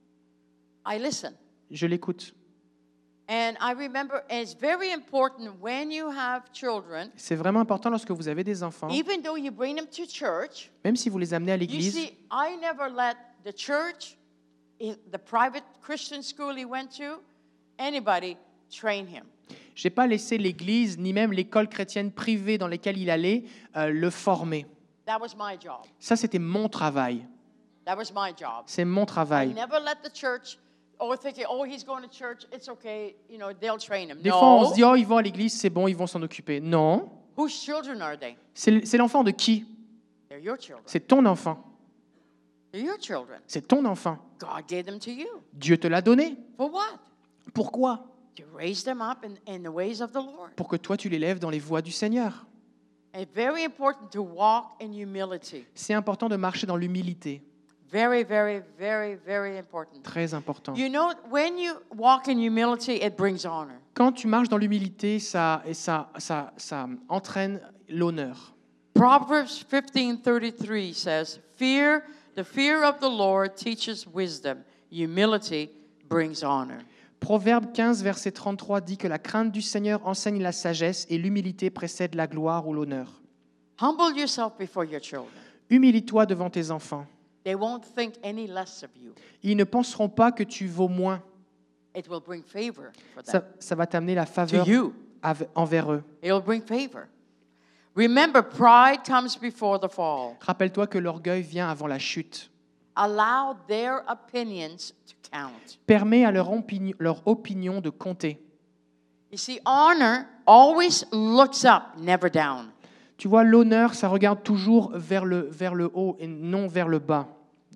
I listen. je l'écoute. And I remember, and it's very important when you have children, C'est vraiment important lorsque vous avez des enfants, even though you bring them to church, même si vous les amenez à you l'église. see, I never let the church, in the private Christian school he went to, anybody train him. Je n'ai pas laissé l'église, ni même l'école chrétienne privée dans laquelle il allait, euh, le former. That was my job. Ça, c'était mon travail. That was my job. C'est mon I travail. never let the church, oh, thinking, oh, he's going to church, it's okay, you know, they'll train him. Des no. fois, on se dit, oh, ils vont à l'église, c'est bon, ils vont s'en occuper. Non. Whose children are they? C'est c'est l'enfant de qui? They're your children. C'est ton enfant. They're your children. C'est ton enfant. God gave them to you. Dieu te l'a donné. For what? Pourquoi? To raise them up in, in the ways of the Lord. Pour que toi, tu l'élèves dans les voies du Seigneur. It's very important to walk in humility. C'est important de marcher dans l'humilité. Very, very, very, very important. Très important. You know, when you walk in humility, it brings honor. Quand tu marches dans l'humilité, ça, et ça, ça, ça entraîne l'honneur. Proverbs fifteen thirty-three says, "Fear, the fear of the Lord teaches wisdom. Humility brings honor." Proverbe quinze, verset trente-trois dit que la crainte du Seigneur enseigne la sagesse et l'humilité précède la gloire ou l'honneur. Humble yourself before your children. Humilie-toi devant tes enfants. They won't think any less of you. Ils ne penseront pas que tu vaux moins. It will bring favor for them. Ça, ça va t'amener la To faveur you. ave- envers eux. It will bring favor. Remember, pride comes before the fall. Rappelle-toi que l'orgueil vient avant la chute. Allow their opinions to count. Permets à leur, opini- leur opinion de compter. You see, honor always looks up, never down. Tu vois, l'honneur, ça regarde toujours vers le, vers le haut et non vers le bas.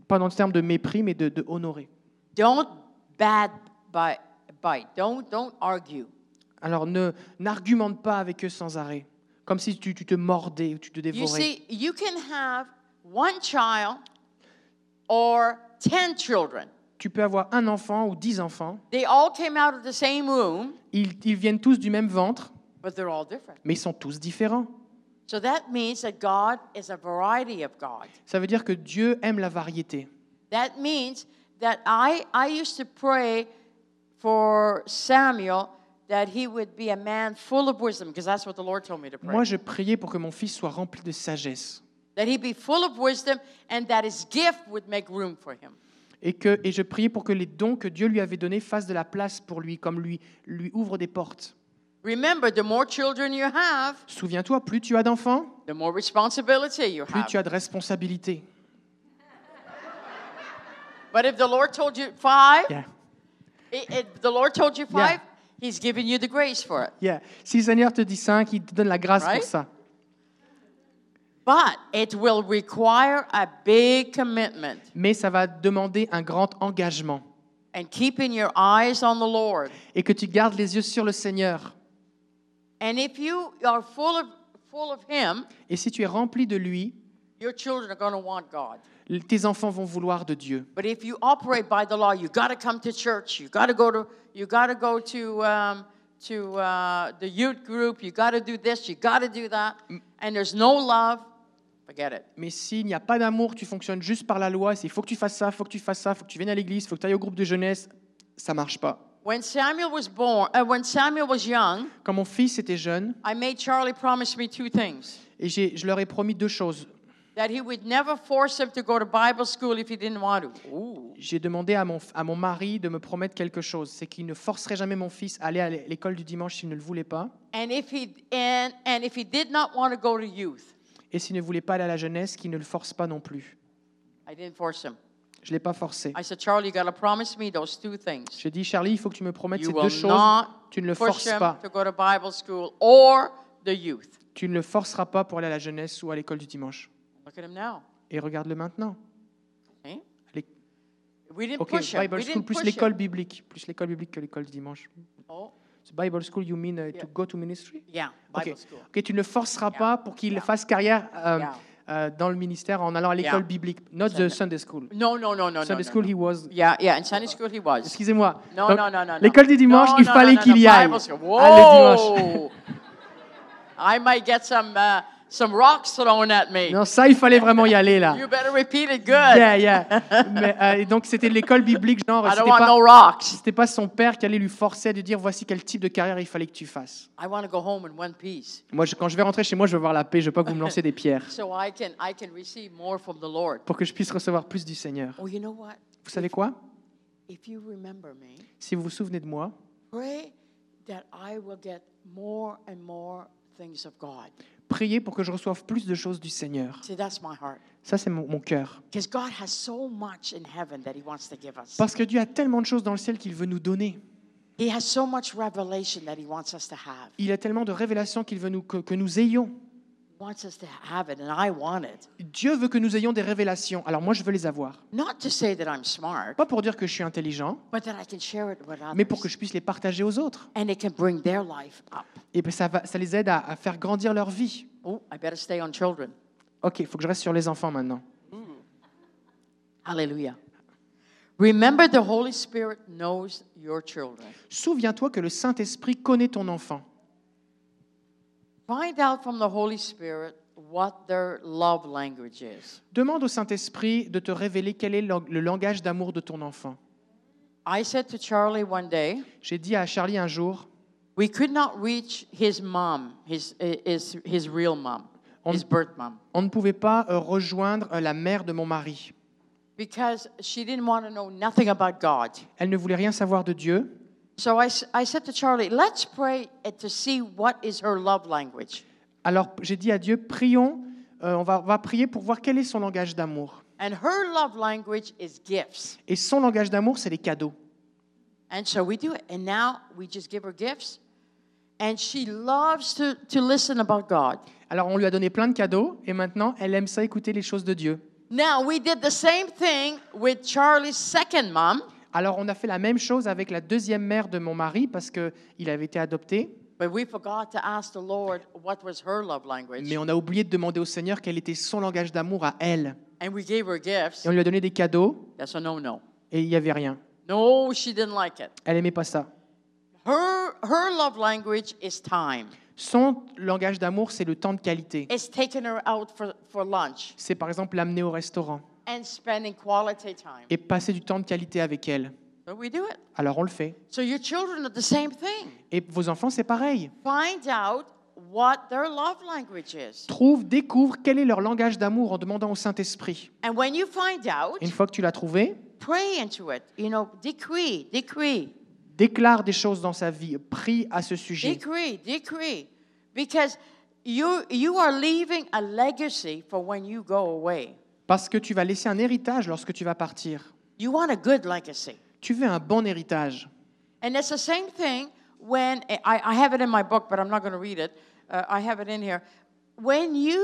Pas dans le terme de mépris, mais de, de honorer. Don't bad bite. bite. Don't, don't argue. Alors ne n'argumente pas avec eux sans arrêt, comme si tu, tu te mordais ou tu te You dévorais. see, you can have one child or ten children. Tu peux avoir un enfant ou dix enfants. They all came out of the same womb, Ils, ils viennent tous du même ventre, but they're all different. mais ils sont tous différents. So that means that God is a variety of God. Ça veut dire que Dieu aime la variété. That means that I, I used to pray for Samuel that he would be a man full of wisdom, because that's what the Lord told me to pray. Moi, je priais pour que mon fils soit rempli de sagesse That he be full of wisdom and that his gift would make room for him. et que et je priais pour que les dons que Dieu lui avait donnés fassent de la place pour lui, comme lui lui ouvre des portes. Remember, the more children you have, Souviens-toi, plus tu as d'enfants, the more responsibility you plus have. tu as de responsabilités. But if the Lord told you five, Yeah. i- if the Lord told you Yeah. five, He's giving you the grace for it. Yeah. Si le Seigneur te dit cinq, il te donne la grâce Right? pour ça. But it will require a big commitment Mais ça va demander un grand engagement and keeping your eyes on the Lord. et que tu gardes les yeux sur le Seigneur. And if you are full of full of Him, Et si tu es rempli de lui, your children are going to want God. tes enfants vont vouloir de Dieu. But if you operate by the law, you got to come to church. You got to go to you got to go to um, to uh, the youth group. You got to do this. You got to do that. And there's no love. Forget it. Mais s'il n'y a pas d'amour, tu fonctionnes juste par la loi, il faut que tu fasses ça, il faut que tu fasses ça, il faut que tu viennes à l'église, il faut que tu ailles au groupe de jeunesse, ça ne marche pas. When Samuel was born, uh, when Samuel was young, Quand mon fils était jeune, I made Charlie promise me two things: et j'ai- je leur ai promis deux choses. that he would never force him to go to Bible school if he didn't want to. Ooh. J'ai demandé à mon, à mon mari de me promettre quelque chose, c'est qu'il ne forcerait jamais mon fils à aller à l'école du dimanche s'il ne le voulait pas, And if he and and if he did not want to go to youth, et s'il ne voulait pas aller à la jeunesse, qu'il ne le force pas non plus. I didn't force him. Je ne l'ai pas forcé. I said, Charlie, you got to promise me those two things. J'ai dit, Charlie, il faut que tu me promettes You ces will deux choses. not Tu ne le push forces him pas. to go to Bible school or the youth. Tu ne le forceras pas pour aller à la jeunesse ou à l'école du dimanche. Look at him now. Et regarde-le maintenant. See? Les- We didn't Ok, push him. Bible We School, didn't plus push l'école him. biblique. Plus l'école biblique que l'école du dimanche. Oh, So Bible School, you mean uh, to Yeah. go to ministry? yeah, Ok. Bible school. Ok, tu ne le forceras Yeah. pas pour qu'il Yeah. fasse carrière euh, Yeah. euh, dans le ministère en allant à l'école Yeah. biblique. Not Sunday. the Sunday school. No, no, no, no, no. Sunday no, school, no. he was. Yeah, yeah. In Sunday school, he was. Excusez-moi. No, Donc, no, no, no, no. L'école du dimanche, No, il no, fallait no, no, qu'il y no, aille. Bible school. Ah, le dimanche. Whoa! I might get some uh, some rocks thrown at me. Non, ça, il fallait vraiment y aller là. You better repeat it good. Yeah, yeah. Mais, euh, et donc, c'était l'école biblique, genre, I c'était don't want pas, no rocks. c'était pas son père qui allait lui forcer à lui dire voici quel type de carrière il fallait que tu fasses. I want to go home in one piece, Moi, je- quand je vais rentrer chez moi, je veux voir la paix, je veux pas que vous me lancez des pierres so I can I can receive more from the Lord. pour que je puisse recevoir plus du Seigneur. Oh, you know what? Vous savez quoi? If you remember me, Si vous vous souvenez de moi, pray that I will get more and more things of God. priez pour que je reçoive plus de choses du Seigneur. See, that's my heart. Ça, c'est mon, mon cœur. Because God has so much in heaven that He wants to give us. Parce que Dieu a tellement de choses dans le ciel qu'il veut nous donner. He has so much revelation that He wants us to have. Il a tellement de révélations qu'il veut nous, que, que nous ayons. He wants us to have it, and I want it. Dieu veut que nous ayons des révélations. Alors moi, je veux les avoir. Not to say that I'm smart, Pas pour dire que je suis intelligent, but that I can share it with mais pour que others. je puisse les partager aux autres. And it can bring their life up. Et ben, ça, va, ça les aide à, à faire grandir leur vie. Oh, I better stay on children. Ok, il faut que je reste sur les enfants maintenant. Hallelujah. Remember, the Holy Spirit knows your children. Souviens-toi que le Saint-Esprit connaît ton enfant. Find out from the Holy Spirit what their love language is. Demande au Saint-Esprit de te révéler quel est le le langage d'amour de ton enfant. I said to Charlie one day, J'ai dit à Charlie un jour, we could not reach his mom, his, his, his real mom, On- his birth mom, on ne pouvait pas euh, rejoindre euh, la mère de mon mari. because she didn't want to know nothing about God. Elle ne voulait rien savoir de Dieu. So I, s- I said to Charlie, let's pray to see what is her love language. Alors j'ai dit à Dieu, prions, euh, on, va, on va prier pour voir quel est son langage d'amour. And her love language is gifts. Et son langage d'amour, c'est les cadeaux. And so we do it. And now we just give her gifts. And she loves to, to listen about God. Alors on lui a donné plein de cadeaux et maintenant elle aime ça écouter les choses de Dieu. Now, we did the same thing with Charlie's second mom, Alors, on a fait la même chose avec la deuxième mère de mon mari parce qu'il avait été adopté, but we forgot to ask the Lord what was her love language. mais on a oublié de demander au Seigneur quel était son langage d'amour à elle. And we gave her gifts. Et on lui a donné des cadeaux That's a no-no. et il n'y avait rien. No, she didn't like it. Elle n'aimait pas ça. Her, her love language is time. Son langage d'amour, c'est le temps de qualité. It's taking her out for, for lunch C'est par exemple l'amener au restaurant and spending quality time. et passer du temps de qualité avec elle. So we do it. Alors on le fait. So your children are the same thing. Et vos enfants, c'est pareil. Find out what their love language is. Trouve, découvre quel est leur langage d'amour en demandant au Saint-Esprit. And when you find out, Une fois que tu l'as trouvé, pray into it. You know, decree, decree, déclare des choses dans sa vie, prie à ce sujet. decree, decree. Because you, you are leaving a legacy for when you go away. Parce que tu vas laisser un héritage lorsque tu vas partir. You want a good legacy. Tu veux un bon héritage. And it's the same thing when, I, I have it in my book, but I'm not going to read it. Uh, I have it in here. When you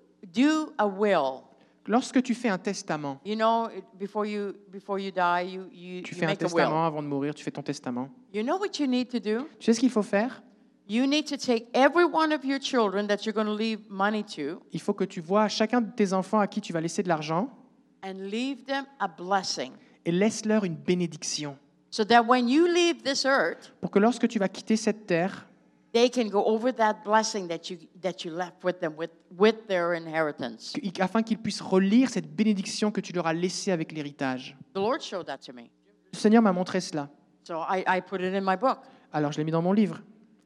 do a will, Lorsque tu fais un testament, you know, it- before you, before you die, you, you, tu you fais un make a will. testament avant de mourir, tu fais ton testament. You know what you need to do? Tu sais ce qu'il faut faire? You need to take every one of your children that you're going to leave money to Il faut que tu vois chacun de tes enfants à qui tu vas laisser de l'argent and leave them a blessing. et laisse-leur une bénédiction. So that when you leave this earth, Pour que lorsque tu vas quitter cette terre, they can go over that blessing that you, that you left with them, with, with their inheritance. que- afin qu'ils puissent relire cette bénédiction que tu leur as laissée avec l'héritage. The Lord showed that to me. Le Seigneur m'a montré cela. So I, I put it in my book. Alors je l'ai mis dans mon livre.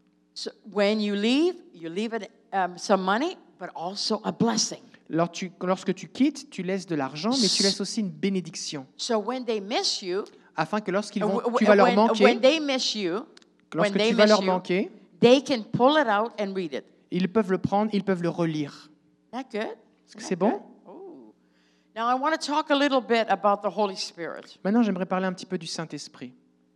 So when you leave, you leave it um, some money, but also a blessing. Lors tu- lorsque tu quittes, tu laisses de l'argent, mais tu laisses aussi une bénédiction. So when they miss you, Afin que lorsqu'ils uh, vont, w- tu vas leur when, when manquer, they miss you, que when lorsque they tu vas miss leur you, manquer, they can pull it out and read it. ils peuvent le prendre, ils peuvent le relire. That good? Est-ce que c'est bon? Ooh. Now I want to talk a little bit about the Holy Spirit. Maintenant, j'aimerais parler un petit peu du Saint-Esprit.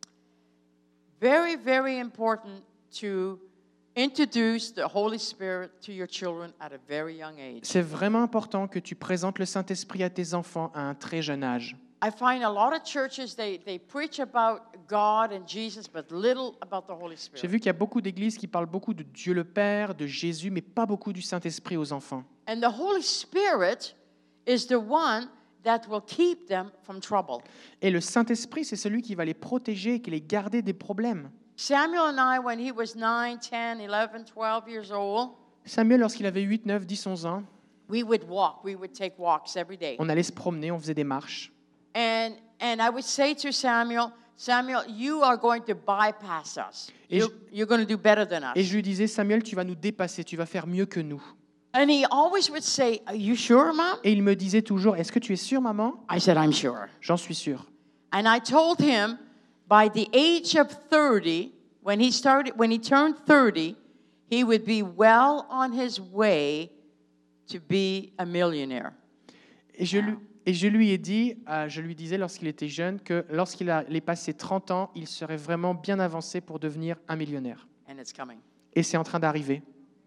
Very, very important to introduce the Holy Spirit to your children at a very young age. C'est vraiment important que tu présentes le Saint-Esprit à tes enfants à un très jeune âge. I find a lot of churches, they, they preach about God and Jesus, but little about the Holy J'ai Spirit. vu qu'il y a beaucoup d'églises qui parlent beaucoup de Dieu le Père, de Jésus, mais pas beaucoup du Saint-Esprit aux enfants. And the Holy Spirit is the one that will keep them from trouble. Et le Saint-Esprit, c'est celui qui va les protéger et qui les garder des problèmes. Samuel and I, when he was nine, ten, eleven, twelve years old, Samuel, lorsqu'il avait huit, neuf, dix, onze ans, we would walk. We would take walks every day. on allait se promener, on faisait des marches. And, and I would say to Samuel, Samuel, you are going to bypass us. Et You, you're going to do better than Et us. je lui disais, Samuel, tu vas nous dépasser, tu vas faire mieux que nous. And he always would say, are you sure, Mom? Et il me disait toujours, est-ce que tu es sûr, maman? I said, I'm sure. J'en suis sûr. And I told him by the age of thirty, when he started, when he turned thirty, he would be well on his way to be a millionaire. Et je lui, et je lui ai dit, euh, je lui disais lorsqu'il était jeune, que lorsqu'il a- allait passer trente ans, il serait vraiment bien avancé pour devenir un millionnaire. And it's coming. Et c'est en train d'arriver.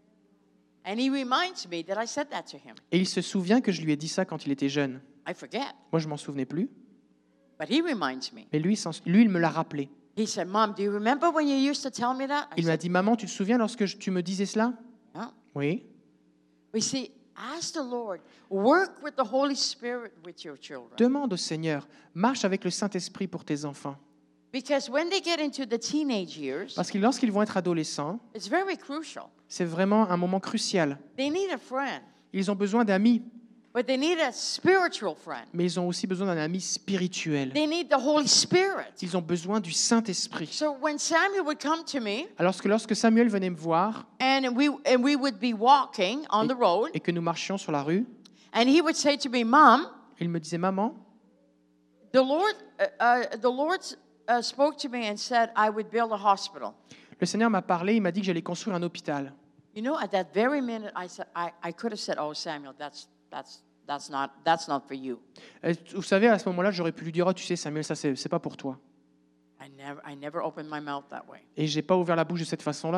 And he reminds me that I said that to him. Et il se souvient que je lui ai dit ça quand il était jeune. I forget, Moi, je m'en souvenais plus, but he reminds me. mais lui, s'en- lui il me l'a rappelé. He said, Mom, do you remember when you used to tell me that? I Il m'a said, dit, maman, tu te souviens lorsque je- tu me disais cela? no. Oui. We see, ask the Lord, work with the Holy Spirit with your children. Demande au Seigneur, marche avec le Saint-Esprit pour tes enfants. Because when they get into the teenage years, Parce que lorsqu'ils vont être adolescents, it's very crucial. c'est vraiment un moment crucial. They need a friend, Ils ont besoin d'amis, but they need a spiritual friend. mais ils ont aussi besoin d'un ami spirituel. They need the Holy Spirit. Ils ont besoin du Saint-Esprit. So when Samuel would come to me, Alors que lorsque Samuel venait me voir and we and we would be walking on the road, et que nous marchions sur la rue, and he would say to me, Mom, il me disait, maman, the Lord, uh, uh, the Lord uh, spoke to me and said I would build a hospital. le Seigneur m'a parlé, il m'a dit que j'allais construire un hôpital. You know, at that very minute, I said, I, I could have said, "Oh, Samuel, that's that's that's not that's not for you." Et vous savez, à ce moment-là, j'aurais pu lui dire, oh, tu sais, Samuel, ça, c'est c'est pas pour toi. I never I never opened my mouth that way. Et j'ai pas ouvert la bouche de cette façon-là.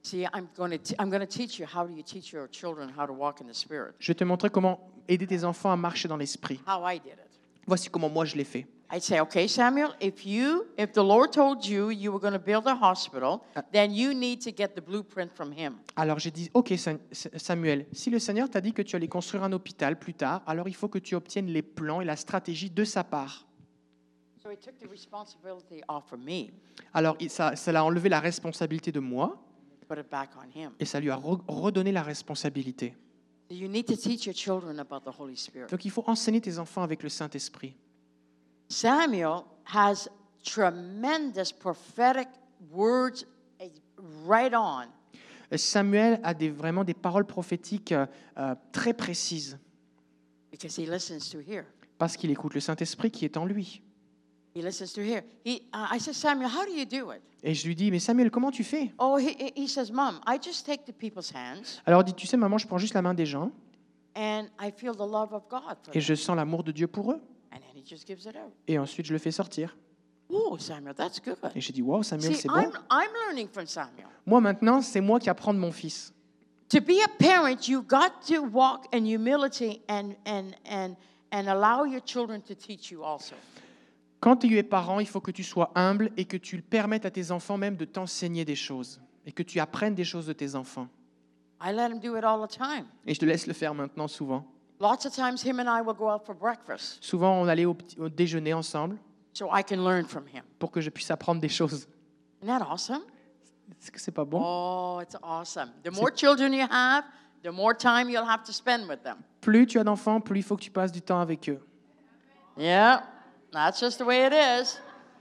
See, I'm going to I'm going to teach you how do you teach your children how to walk in the Spirit. Je vais te montrer comment aider tes enfants à marcher dans l'esprit. How I did it. Voici comment moi je l'ai fait. I'd say, okay, Samuel, if you, if the Lord told you you were going to build a hospital, then you need to get the blueprint from Him. Alors j'ai dit, ok Samuel, si le Seigneur t'a dit que tu allais construire un hôpital plus tard, alors il faut que tu obtiennes les plans et la stratégie de sa part. So He took the responsibility off of me, Alors il- ça, ça l'a enlevé la responsabilité de moi put it back on Him. et ça lui a re- redonné la responsabilité. So you need to teach your children about the Holy Spirit. Donc il faut enseigner tes enfants avec le Saint-Esprit. Samuel has tremendous prophetic words eh, right on. Samuel a des, vraiment des paroles prophétiques euh, euh, très précises Because he listens to hear. parce qu'il écoute le Saint-Esprit qui est en lui. He listens to hear. He, uh, I said, Samuel, how do you do it? Et je lui dis, mais Samuel, comment tu fais? Oh, he, he he says, Mom, I just take the people's hands Alors il dit, tu sais maman, je prends juste la main des gens and I feel the love of God for et them. je sens l'amour de Dieu pour eux. And then he just gives it out. Et ensuite je le fais sortir. Oh, Samuel, that's good. Et j'ai dit, wow Samuel, See, c'est I'm, bon. I'm learning from Samuel. Moi maintenant, c'est moi qui apprends de mon fils. To be a parent, you got to walk in humility and, and, and, and allow your children to teach you also. Quand tu es parent, il faut que tu sois humble et que tu permettes à tes enfants même de t'enseigner des choses et que tu apprennes des choses de tes enfants. I let him do it all the time. Et je te laisse le faire maintenant souvent. Lots of times, him and I will go out for breakfast Souvent, on allait au, petit- au déjeuner ensemble so I can learn from him. pour que je puisse apprendre des choses. Isn't that awesome? Est-ce que c'est pas bon? Oh, it's awesome. The more children you have, the more time you'll have to spend with them. Plus tu as d'enfants, plus il faut que tu passes du temps avec eux. Yeah, that's just the way it is.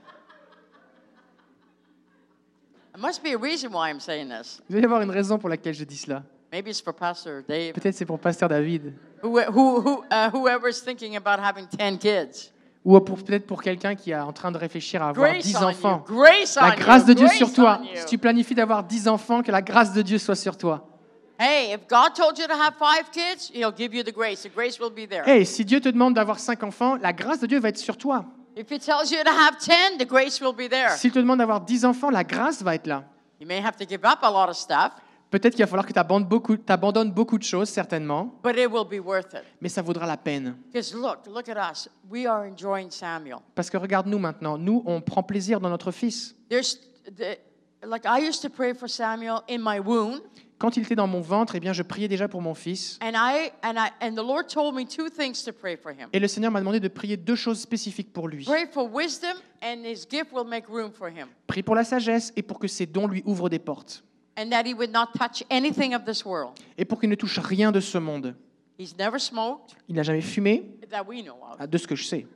There must be a reason why I'm saying this. Il doit y avoir une raison pour laquelle je dis cela. Maybe it's for Pastor Dave. Peut-être c'est pour Pasteur David. Who, who, who, uh, whoever's thinking about having ten kids. Ou pour- peut-être pour quelqu'un qui est en train de réfléchir à avoir Grace dix on you. enfants. Grace La on grâce you. de Dieu Grace sur toi. on you. Si tu planifies d'avoir dix enfants, que la grâce de Dieu soit sur toi. Hey, if God told you to have five kids, He'll give you the grace. The grace will be there. Hey, si Dieu te demande d'avoir cinq enfants, la grâce de Dieu va être sur toi. If He tells you to have ten, the grace will be there. S'il te demande d'avoir dix enfants, la grâce va être là. You may have to give up a lot of stuff, Peut-être qu'il va falloir que tu abandonnes beaucoup, t'abandonnes beaucoup de choses, certainement, but it will be worth it. mais ça vaudra la peine. Because look, look at us. We are enjoying Samuel. Parce que regarde-nous maintenant, nous, on prend plaisir dans notre fils. There's the, like I used to pray for Samuel in my womb, Quand il était dans mon ventre, eh bien, je priais déjà pour mon fils. and I and I and the Lord told me two things to pray for him. Et le Seigneur m'a demandé de prier deux choses spécifiques pour lui. Pray for wisdom, and his gift will make room for him, Prie pour la sagesse et pour que ses dons lui ouvrent des portes. and that he would not touch anything of this world. Et pour qu'il ne touche rien de ce monde. He's never smoked Il n'a jamais fumé, that we know of, de ce que je sais.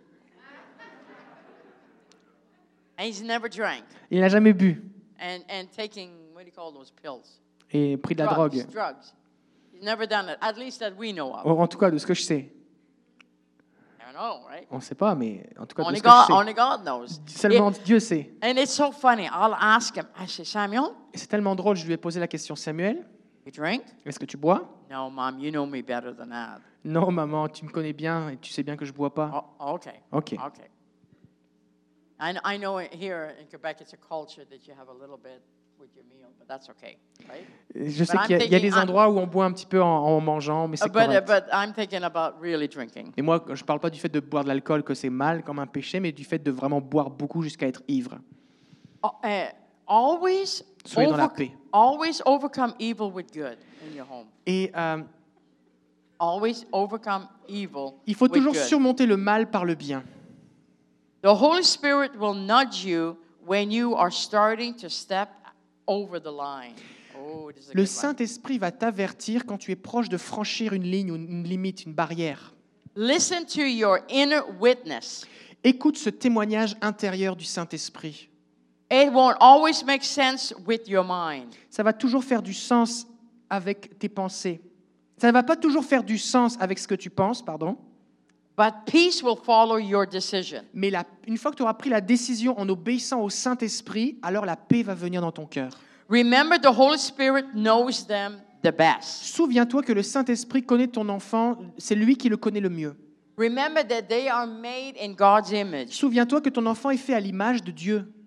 and he's never drank Il n'a jamais bu and and taking what do you call those pills? et pris de la drugs, drogue. drugs. He's never done it, at least that we know of. En tout cas, de ce que je sais. I don't know, right? On ne sait pas, mais en tout cas, de Only ce que God, je sais. only God knows. Seulement It- Dieu sait. and it's so funny. I'll ask him. I say, Samuel, Et c'est tellement drôle, je lui ai posé la question, Samuel, you drink? est-ce que tu bois? No, Mom, you know me better than that. Non, maman, tu me connais bien et tu sais bien que je bois pas. Oh, okay. Ok. Okay. I, kn- I know it- here in Quebec it's a culture that you have a little bit with your meal, but that's okay, right? Je sais But qu'il y a, I'm il y a des thinking- endroits où on boit un petit peu en, en mangeant, mais Uh, c'est but, uh, correct. but I'm thinking about really drinking. Et moi, je ne parle pas du fait de boire de l'alcool, que c'est mal comme un péché, mais du fait de vraiment boire beaucoup jusqu'à être ivre. Oh, uh, always, Soyez dans la paix. always overcome evil with good in your home. Et euh, Always overcome evil il faut with toujours good. surmonter le mal par le bien. The Holy Spirit will nudge you when you are starting to step over the line. Oh, this is a Le good one. Saint-Esprit va t'avertir quand tu es proche de franchir une ligne, ou une limite, une barrière. Listen to your inner witness. Écoute ce témoignage intérieur du Saint-Esprit. It won't always make sense with your mind. Ça va toujours faire du sens avec tes pensées. Ça ne va pas toujours faire du sens avec ce que tu penses, pardon. But peace will follow your decision. Mais la- une fois que tu auras pris la décision en obéissant au Saint-Esprit, alors la paix va venir dans ton cœur. Remember, the Holy Spirit knows them the best. Souviens-toi que le Saint-Esprit connaît ton enfant, c'est lui qui le connaît le mieux. Remember that they are made in God's image. Souviens-toi que ton enfant est fait à l'image de Dieu.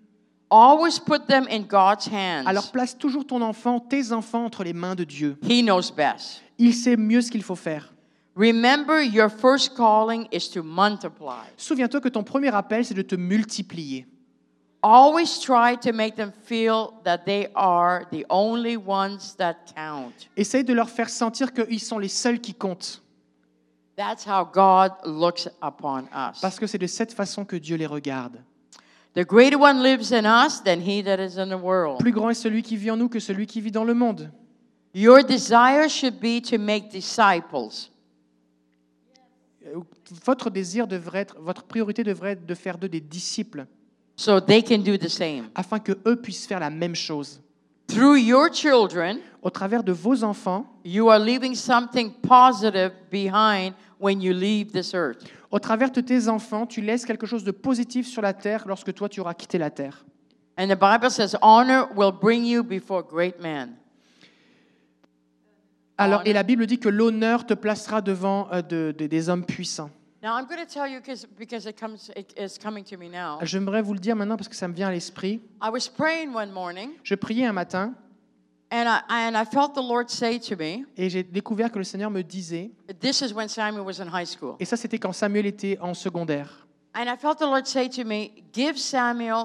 always put them in God's hands. Alors place toujours ton enfant, tes enfants entre les mains de Dieu. He knows best. Il sait mieux ce qu'il faut faire. Remember, your first calling is to multiply. Souviens-toi que ton premier appel, c'est de te multiplier. Always try to make them feel that they are the only ones that count. Essaye de leur faire sentir qu'ils sont les seuls qui comptent. That's how God looks upon us. Parce que c'est de cette façon que Dieu les regarde. The greater one lives in us than he that is in the world. Plus grand est celui qui vit en nous que celui qui vit dans le monde. Your desire should be to make disciples. Votre désir devrait être, votre priorité devrait être de faire d'eux des disciples, So they can do the same. afin que eux puissent faire la même chose. Through your children, Au travers de vos enfants, you are leaving something positive behind when you leave this earth. au travers de tes enfants, tu laisses quelque chose de positif sur la terre lorsque toi tu auras quitté la terre. And the Bible says honor will bring you before great men. Alors, et la Bible dit que l'honneur te placera devant euh, de- de- des hommes puissants. Now I'm going to tell you because because it comes it is coming to me now. J'aimerais vous le dire maintenant parce que ça me vient à l'esprit. I was praying one morning Je priais un matin and I and I felt the Lord say to me, et j'ai découvert que le Seigneur me disait, this is when Samuel was in high school. et ça c'était quand Samuel était en secondaire, And I felt the Lord say to me, give Samuel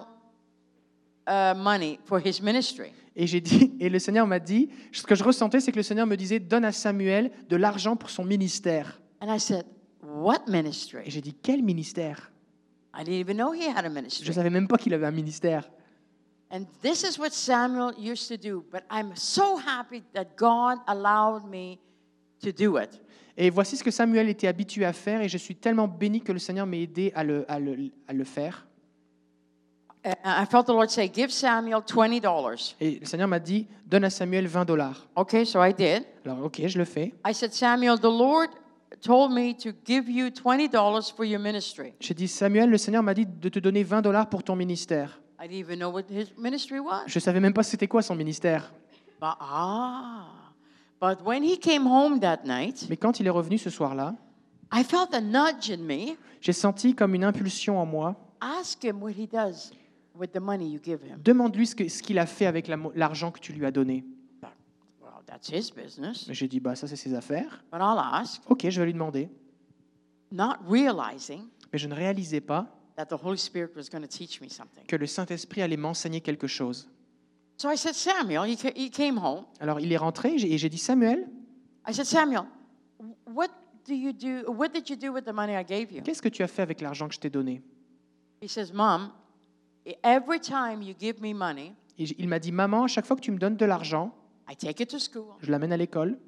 uh, money for his ministry. et j'ai dit, et le Seigneur m'a dit, ce que je ressentais, c'est que le Seigneur me disait, donne à Samuel de l'argent pour son ministère. And I said, what Et ministry? j'ai dit, quel ministère? I didn't even know he had a Je ministry. savais même pas qu'il avait un ministère. And this is what Samuel used to do, but I'm so happy that God allowed me to do it. Et voici ce que Samuel était habitué à faire, et je suis tellement béni que le Seigneur m'ait aidé à le, à le, à le faire. Uh, I felt the Lord say, give Samuel twenty dollars. Et le Seigneur m'a dit, donne à Samuel vingt dollars. Okay, so I did. Alors, ok, je le fais. I said, Samuel, the Lord told me to give you twenty dollars for your ministry. J'ai dit, Samuel, le Seigneur m'a dit de te donner vingt dollars pour ton ministère. I didn't even know what his ministry was. Je savais même pas c'était quoi son ministère. But, ah, but when he came home that night, Mais quand il est revenu ce soir-là, I felt a nudge in me. j'ai senti comme une impulsion en moi. Ask him what he does with the money you give him. Demande-lui ce que- ce qu'il a fait avec la mo- l'argent que tu lui as donné. Well, that's his business, Mais j'ai dit, bah ça c'est ses affaires. but I'll ask, Ok, je vais lui demander. not realizing Mais je ne réalisais pas that the Holy Spirit was going to teach me something. que le Saint-Esprit allait m'enseigner quelque chose. So I said, Samuel, he, ca- he came home. Alors il est rentré j'ai- et j'ai dit, Samuel, I said, Samuel, what do you do? What did you do with the money I gave you? qu'est-ce que tu as fait avec l'argent que je t'ai donné? He says, Mom, every time you give me money, Et j- il m'a dit, maman, à chaque fois que tu me donnes de l'argent, I take it to school. je l'amène à l'école,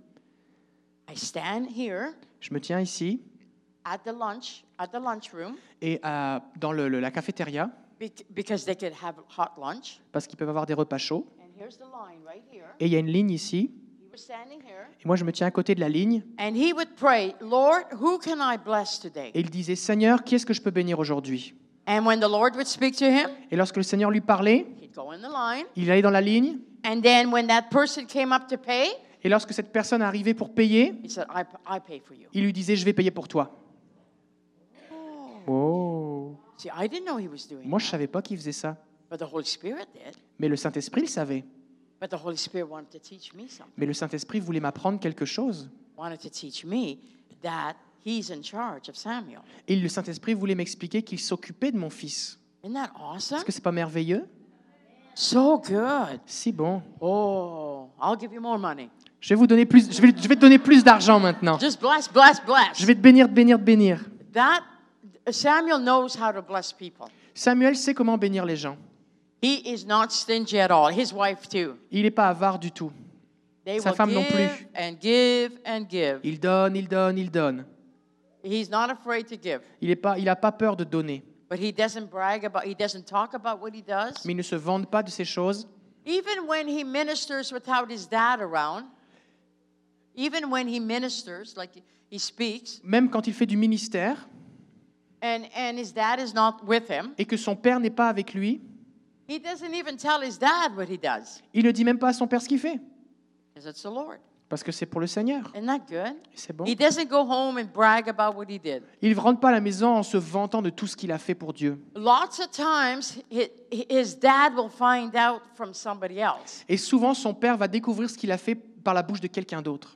I stand here je me tiens ici at the lunch at the lunchroom et euh, dans le- le- la cafétéria, bec- because they could have hot lunch. parce qu'ils peuvent avoir des repas chauds. And here's the line right here. Et il y a une ligne ici, He was standing here, et moi je me tiens à côté de la ligne, and he would pray, Lord, who can I bless today? et il disait, Seigneur, qui est-ce que je peux bénir aujourd'hui? And when the Lord would speak to him, Et lorsque le Seigneur lui parlait, he'd go in the line. il allait dans la ligne, And then when that person came up to pay, et lorsque cette personne arrivait pour payer, he said, I, I pay for you. il lui disait, je vais payer pour toi. Oh. See, I didn't know he was doing Moi, je that, savais pas qu'il faisait ça. but the Holy Spirit did. Mais le Saint-Esprit le savait. But the Holy Spirit wanted to teach me something. Mais le Saint-Esprit voulait m'apprendre quelque chose. Wanted to teach me that he's in charge of Samuel. Et le Saint-Esprit voulait m'expliquer qu'il s'occupait de mon fils. Isn't that awesome? Est-ce que c'est pas merveilleux? So good. Si bon. Oh, I'll give you more money. Je vais vous donner plus. Je vais, je vais te donner plus d'argent maintenant. Just bless, bless, bless. Je vais te bénir, te bénir, te bénir. That Samuel knows how to bless people. Samuel sait comment bénir les gens. He is not stingy at all. His wife too. Il n'est pas avare du tout. They Sa will femme non give plus. and give and give. Il donne, il donne, il donne. He's not afraid to give, Il n'a pas, il a pas peur de donner. but he doesn't brag about. He doesn't talk about what he does. Mais il ne se vante pas de ces choses. Even when he ministers without his dad around, even when he ministers, like he speaks, Même quand il fait du ministère and, and his dad is not with him, et que son père n'est pas avec lui, he doesn't even tell his dad what he does, il ne dit même pas à son père ce qu'il fait. because it's the Lord. Parce que c'est pour le Seigneur. Isn't that good? Et c'est bon. He doesn't go home and brag about what he did. Il ne rentre pas à la maison en se vantant de tout ce qu'il a fait pour Dieu. Lots of times, hi- his dad will find out from somebody else. Et souvent, son père va découvrir ce qu'il a fait par la bouche de quelqu'un d'autre.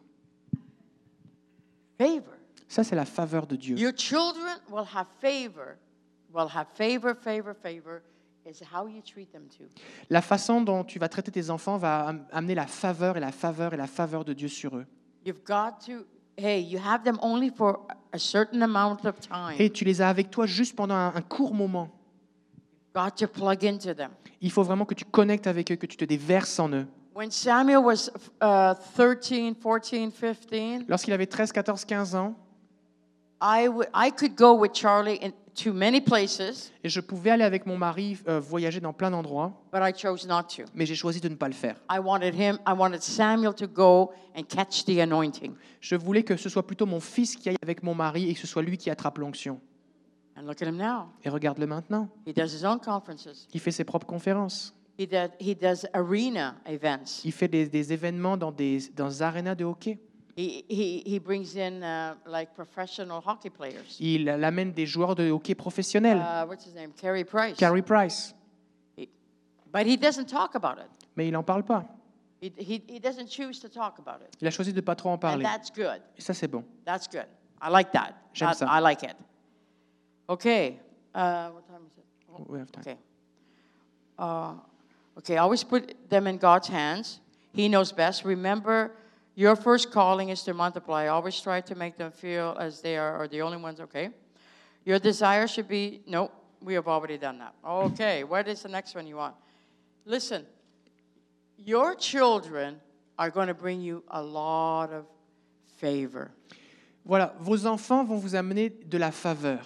Favor. Ça, c'est la faveur de Dieu. Your children will have favor. Will have favor, favor, favor. Is how you treat them too. La façon dont tu vas traiter tes enfants va am- amener la faveur et la faveur et la faveur de Dieu sur eux. You've got to, hey, you have them only for a certain amount of time. Et tu les as avec toi juste pendant un, un court moment. Got to plug into them. Il faut vraiment que tu connectes avec eux, que tu te déverses en eux. When Samuel was uh, thirteen, fourteen, fifteen, Lorsqu'il avait treize, quatorze, quinze ans, I, w- I could go with Charlie in, to many places, et je pouvais aller avec mon mari euh, voyager dans plein d'endroits, but I chose not to. mais j'ai choisi de ne pas le faire. I wanted him, I wanted Samuel to go and catch the anointing. Je voulais que ce soit plutôt mon fils qui aille avec mon mari et que ce soit lui qui attrape l'onction. And look at him now. Et regarde-le maintenant. He does his own conferences. Il fait ses propres conférences. He, did, he does arena events. Il fait des, des événements dans des, dans des arénas de hockey. He, he, he brings in uh, like professional hockey players. Il amène des joueurs de hockey professionnels. Uh, what's his name? Carey Price. Carey Price. He- but he doesn't talk about it. Mais il n'en parle pas. He, he, he doesn't choose to talk about it. Il a choisi de ne pas trop en And parler. that's good. Et ça, c'est bon. That's good. I like that. J'aime That- ça. I like it. Okay. Uh, what time is it? Oh, We have time. okay. Uh, okay. Always put them in God's hands. He knows best. Remember, your first calling is to multiply. Always try to make them feel as they are, are the only ones. Okay. Your desire should be. No, we have already done that. Okay. What is the next one you want? Listen. Your children are going to bring you a lot of favor. Voilà, vos enfants vont vous amener de la faveur.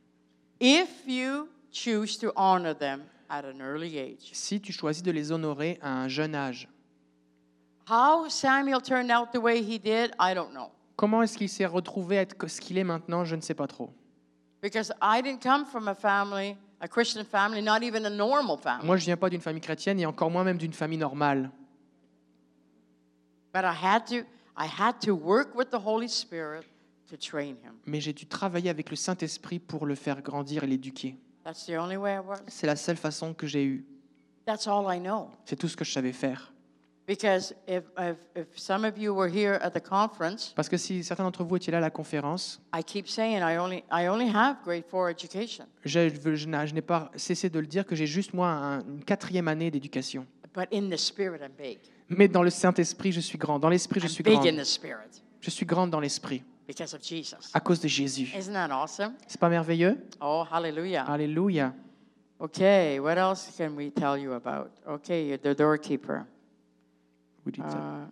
If you choose to honor them at an early age. Si tu choisis de les honorer à un jeune âge. How Samuel turned out the way he did, I don't know. Comment est-ce qu'il s'est retrouvé à être ce qu'il est maintenant? Je ne sais pas trop. Because I didn't come from a family, a Christian family, not even a normal family. Moi, je ne viens pas d'une famille chrétienne et encore moins même d'une famille normale. But I had to I had to work with the Holy Spirit to train him. Mais j'ai dû travailler avec le Saint-Esprit pour le faire grandir et l'éduquer. That's the only way I was. C'est la seule façon que j'ai eue. That's all I know. C'est tout ce que je savais faire. Because if, if, if some of you were here at the conference, Parce que si certains d'entre vous étiez là à la conférence, I keep saying I only, I only have grade four education. je, je n'ai je n'ai pas cessé de le dire que j'ai juste moi un- une quatrième année d'éducation. But in the spirit, I'm big. Mais dans le Saint-Esprit, je suis grand. Dans l'Esprit, je I'm suis big grande. in the spirit Je suis grande dans l'Esprit because of Jesus. à cause de Jésus. Isn't that awesome? C'est pas merveilleux? Oh, hallelujah. Alléluia. Okay, what else can we tell you about? Okay, you're the doorkeeper. Vous dites ça.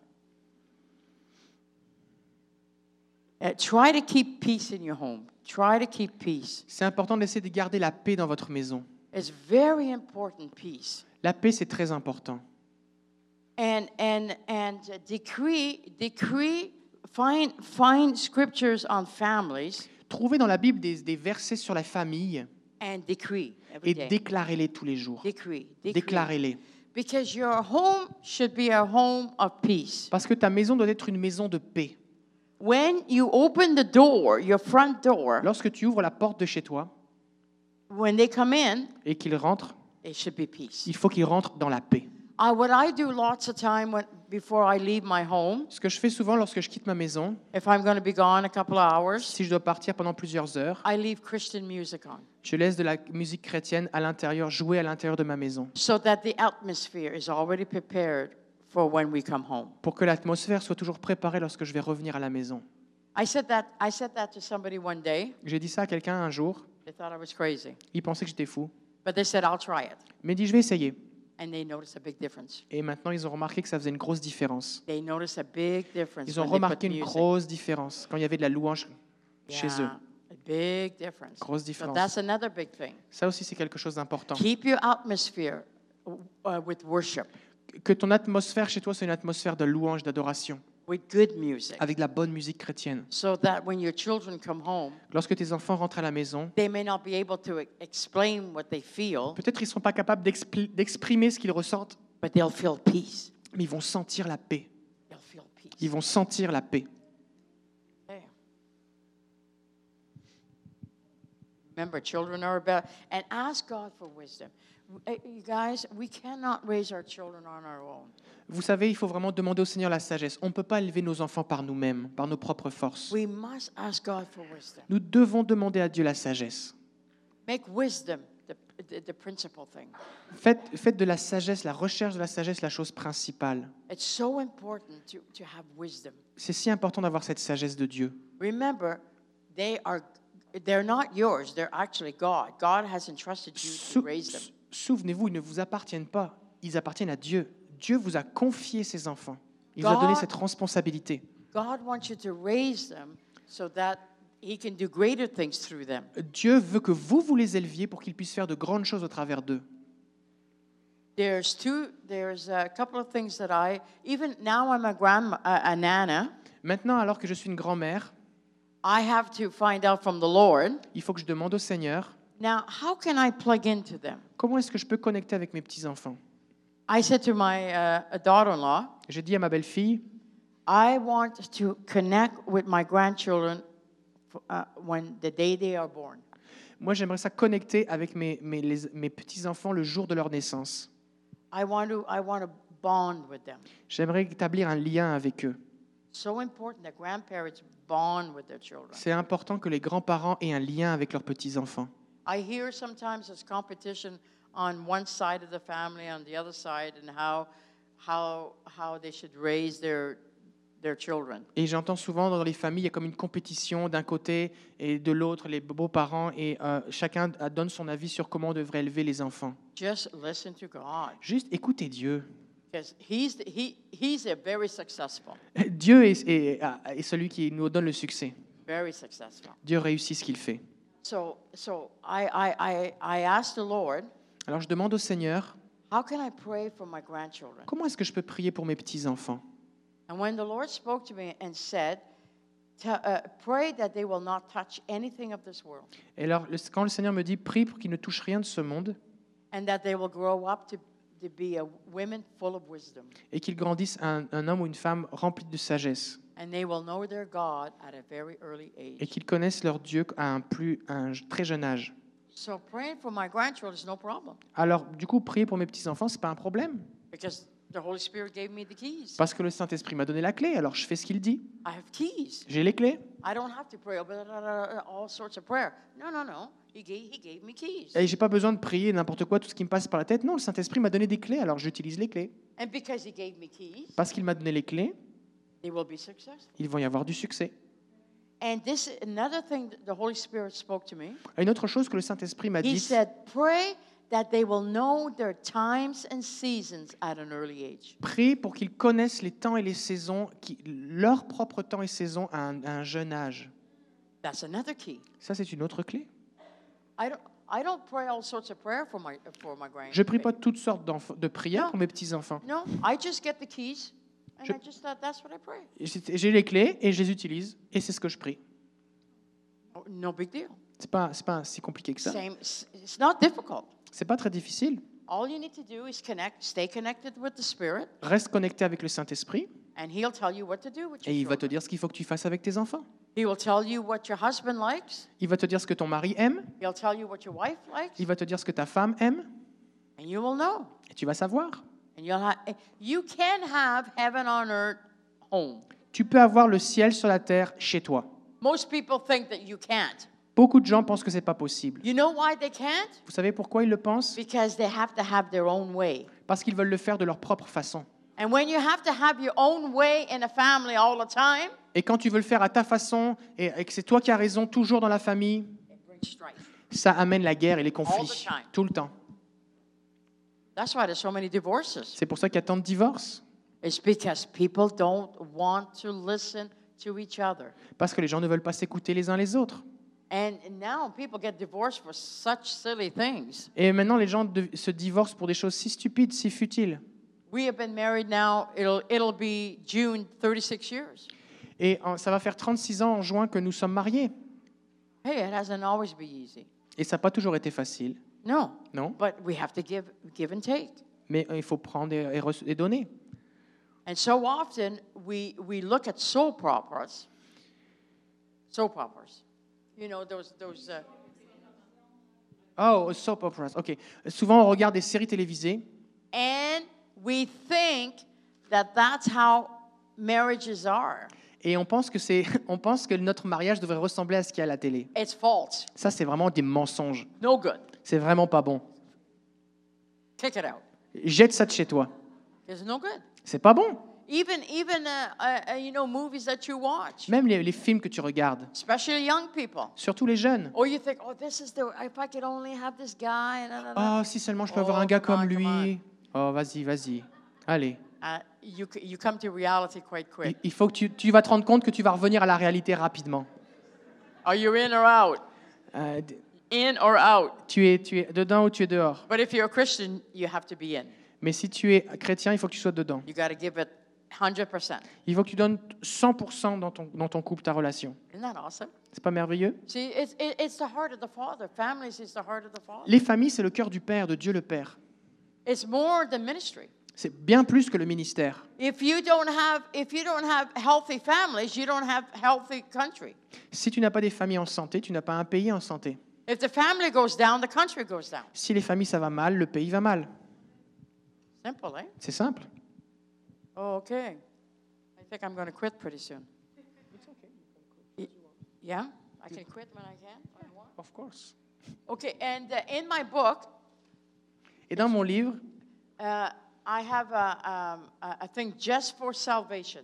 Uh, uh, try to keep peace in your home. Try to keep peace. C'est important d'essayer de garder la paix dans votre maison. It's very important, peace. La paix, c'est très important. And and and uh, decree decree find find scriptures on families Trouvez dans la Bible des, des versets sur la famille and decree every et day. déclarez-les tous les jours. Decree, decree. Déclarez-les. Because your home should be a home of peace. Parce que ta maison doit être une maison de paix. When you open the door, your front door, Lorsque tu ouvres la porte de chez toi when they come in, et qu'ils rentrent, it should be peace. il faut qu'ils rentrent dans la paix. Uh, what I do lots of time when, before I leave my home, Ce que je fais souvent lorsque je quitte ma maison, if I'm going to be gone a couple of hours, si je dois partir pendant plusieurs heures, I leave Christian music on je laisse de la musique chrétienne à l'intérieur, jouer à l'intérieur de ma maison, so that the atmosphere is already prepared for when we come home. pour que l'atmosphère soit toujours préparée lorsque je vais revenir à la maison. I said that I said that to somebody one day. J'ai dit ça à quelqu'un un jour, They thought I was crazy. il pensait que j'étais fou, But they said, I'll try it. mais il dit je vais essayer. And they noticed a big difference. Et maintenant ils ont remarqué que ça faisait une grosse différence. They noticed a big difference. Ils ont when they put remarqué une music. grosse différence quand il y avait de la louange chez eux. Yeah, a big difference. Grosse So différence. that's another big thing. Ça aussi c'est quelque chose d'important. Keep your atmosphere uh, with worship, Que ton atmosphère chez toi soit une atmosphère de louange, d'adoration, with good music, avec de la bonne musique chrétienne. so that when your children come home, Lorsque tes enfants rentrent à la maison, they may not be able to e- explain what they feel, peut-être ils ne sont pas capables d'expli- d'exprimer ce qu'ils ressentent, but they'll feel peace. mais ils vont sentir la paix. They'll feel peace. Ils vont sentir la paix. Okay. Remember, children are about, and ask God for wisdom. Uh, You guys, we cannot raise our children on our own. Vous savez, il faut vraiment demander au Seigneur la sagesse. On ne peut pas élever nos enfants par nous-mêmes, par nos propres forces. We must ask God for wisdom. Nous devons demander à Dieu la sagesse. Make wisdom the, the, the principal thing. Faites, faites de la sagesse, la recherche de la sagesse, la chose principale. It's so important to, to have wisdom. C'est si important d'avoir cette sagesse de Dieu. Remember, they are they're not yours. They're actually God. God has entrusted you to Sou- raise them. Souvenez-vous, ils ne vous appartiennent pas, ils appartiennent à Dieu. Dieu vous a confié ses enfants. Il vous a donné God- cette responsabilité. God wants you to raise them so that He can do greater things through them. Dieu veut que vous vous les éleviez pour qu'ils puissent faire de grandes choses au travers d'eux. There's two. There's a couple of things that I even now I'm a grand a, a nana. Maintenant, alors que je suis une grand-mère, I have to find out from the Lord. il faut que je demande au Seigneur, Now, how can I plug into them? comment est-ce que je peux connecter avec mes petits-enfants? I said to my uh, daughter-in-law, J'ai dit à ma belle-fille, I want to connect with my grandchildren uh, when the day they are born. moi j'aimerais ça connecter avec mes, mes, les- mes petits-enfants le jour de leur naissance. I want to I want to bond with them. J'aimerais établir un lien avec eux. So important that grandparents bond with their children. C'est important que les grands-parents aient un lien avec leurs petits-enfants. I hear sometimes there's competition on one side of the family, on the other side, and how how how they should raise their their children. Et j'entends souvent dans les familles, il y a comme une compétition d'un côté et de l'autre, les beaux-parents, et euh, chacun euh, donne son avis sur comment on devrait élever les enfants. Just listen to God, Juste écoutez Dieu. because He's the, he He's a very successful, Dieu est, est- est celui qui nous donne le succès. very successful. Dieu réussit ce qu'il fait. So so I I I, I asked the Lord, Alors je demande au Seigneur, how can I pray for my grandchildren? comment est-ce que je peux prier pour mes petits-enfants? And when the Lord spoke to me and said, to, uh, pray that they will not touch anything of this world, Et alors, le- quand le Seigneur me dit, prie pour qu'ils ne touchent rien de ce monde and that they will grow up to, to be a women full of wisdom, et qu'ils grandissent un, un homme ou une femme rempli de sagesse and they will know their God at a very early et age. qu'ils connaissent leur Dieu à un, plus, à un très jeune âge. So praying for my grandchildren is no problem, Alors, du coup, prier pour mes petits-enfants, ce n'est pas un problème. because the Holy Spirit gave me the keys. Parce que le Saint-Esprit m'a donné la clé, alors je fais ce qu'il dit. I have keys. J'ai les clés. I don't have to pray blah, blah, blah, all sorts of prayer. No, no, no. He gave, he gave me keys. Et j'ai pas besoin de prier n'importe quoi, tout ce qui me passe par la tête. Non, le Saint-Esprit m'a donné des clés, alors j'utilise les clés. And because he gave me keys, Parce qu'il m'a donné les clés, they will be successful. il va y avoir du succès. And this another thing that the Holy Spirit spoke to me. Et une autre chose que le Saint-Esprit m'a He dit, said, pray that they will know their times and seasons at an early age. prie pour qu'ils connaissent les temps et les saisons, qui, leur propre temps et saison à un, à un jeune âge. That's another key. Ça, c'est une autre clé. I don't, I don't pray all sorts of prayer for my, for my grandkids. Je prie pas toutes sortes d'enf- de prières Non. pour mes petits-enfants. No, I just get the keys, and Je- I just thought that's what I pray. J'ai j'ai les clés et je les utilise, et c'est ce que je prie. Oh, no big deal. C'est pas, c'est pas si compliqué que ça. Same. It's not difficult. C'est pas très difficile. All you need to do is connect, stay connected with the Spirit, Reste connecté avec le Saint-Esprit and He'll tell you what to do with your et il va te children. dire ce qu'il faut que tu fasses avec tes enfants. He will tell you what your husband likes. Il va te dire ce que ton mari aime, He'll tell you what your wife likes, il va te dire ce que ta femme aime, and you will know. et tu vas savoir. And you'll have, you can have heaven on earth home. Tu peux avoir le ciel sur la terre chez toi. Most people think that you can't. Beaucoup de gens pensent que c'est pas possible. You know why they can't? Vous savez pourquoi ils le pensent? Because they have to have their own way. Parce qu'ils veulent le faire de leur propre façon. And when you have to have your own way in a family all the time, Et quand tu veux le faire à ta façon et, et que c'est toi qui as raison toujours dans la famille, it brings strife. ça amène la guerre et les All conflits the time. tout le temps. That's why there's so many divorces. C'est pour ça qu'il y a tant de divorces. It's because people don't want to listen to each other. Parce que les gens ne veulent pas s'écouter les uns les autres. And now people get divorced for such silly things. Et maintenant, les gens de- se divorcent pour des choses si stupides, si futiles. We have been married now, it'll, it'll be June, thirty-six years. Et en- ça va faire trente-six ans en juin que nous sommes mariés. Hey, it hasn't always been easy. Et ça n'a pas toujours été facile, No, non? but we have to give, give and take. Mais euh, il faut prendre et, et rece- et donner. And so often we, we look at soap operas, soap operas, you know, those, those uh, Oh, soap operas, ok. Souvent, on regarde des séries télévisées and we think that that's how marriages are. et on pense que c'est, on pense que notre mariage devrait ressembler à ce qu'il y a à la télé. It's false. Ça, c'est vraiment des mensonges. No good. C'est vraiment pas bon. Kick it out. Jette ça de chez toi. It's no good. C'est pas bon. Even, even uh, uh, you know, movies that you watch, Même les, les films que tu regardes, especially young people. surtout les jeunes. Or you think, oh, this is the, if I could only have this guy. Da, da, da. Oh, si seulement je peux avoir Oh, un gars come on, comme come lui. Oh, vas-y, vas-y. Allez. Uh, you, c- you come to reality quite Il, quick. il faut que tu, tu vas te rendre compte que tu vas revenir à la réalité rapidement. Are you in or out? Euh, d- In or out? tu es, tu es dedans ou tu es dehors. But if you're a Christian, you have to be in. Mais si tu es chrétien, il faut que tu sois dedans. You got to give it one hundred percent. Il faut que tu donnes cent pour cent dans ton, dans ton couple, ta relation. Isn't that awesome? C'est pas merveilleux? See, it's, it, it's the heart of the Father. Families is the heart of the Father. Les familles, c'est le cœur du Père, de Dieu le Père. It's more than ministry. C'est bien plus que le ministère. If you don't have, if you don't have healthy families, you don't have healthy country. Si tu n'as pas des familles en santé, tu n'as pas un pays en santé. If the family goes down, the country goes down. Si les familles, ça va mal, le pays va mal. Simple, eh? C'est simple. Oh, okay. I think I'm going to quit pretty soon. Y- Yeah, I can quit when I can. When I want. Of course. Okay, and uh, in my book, Et dans mon livre, uh, I have a, um, a a thing just for salvation.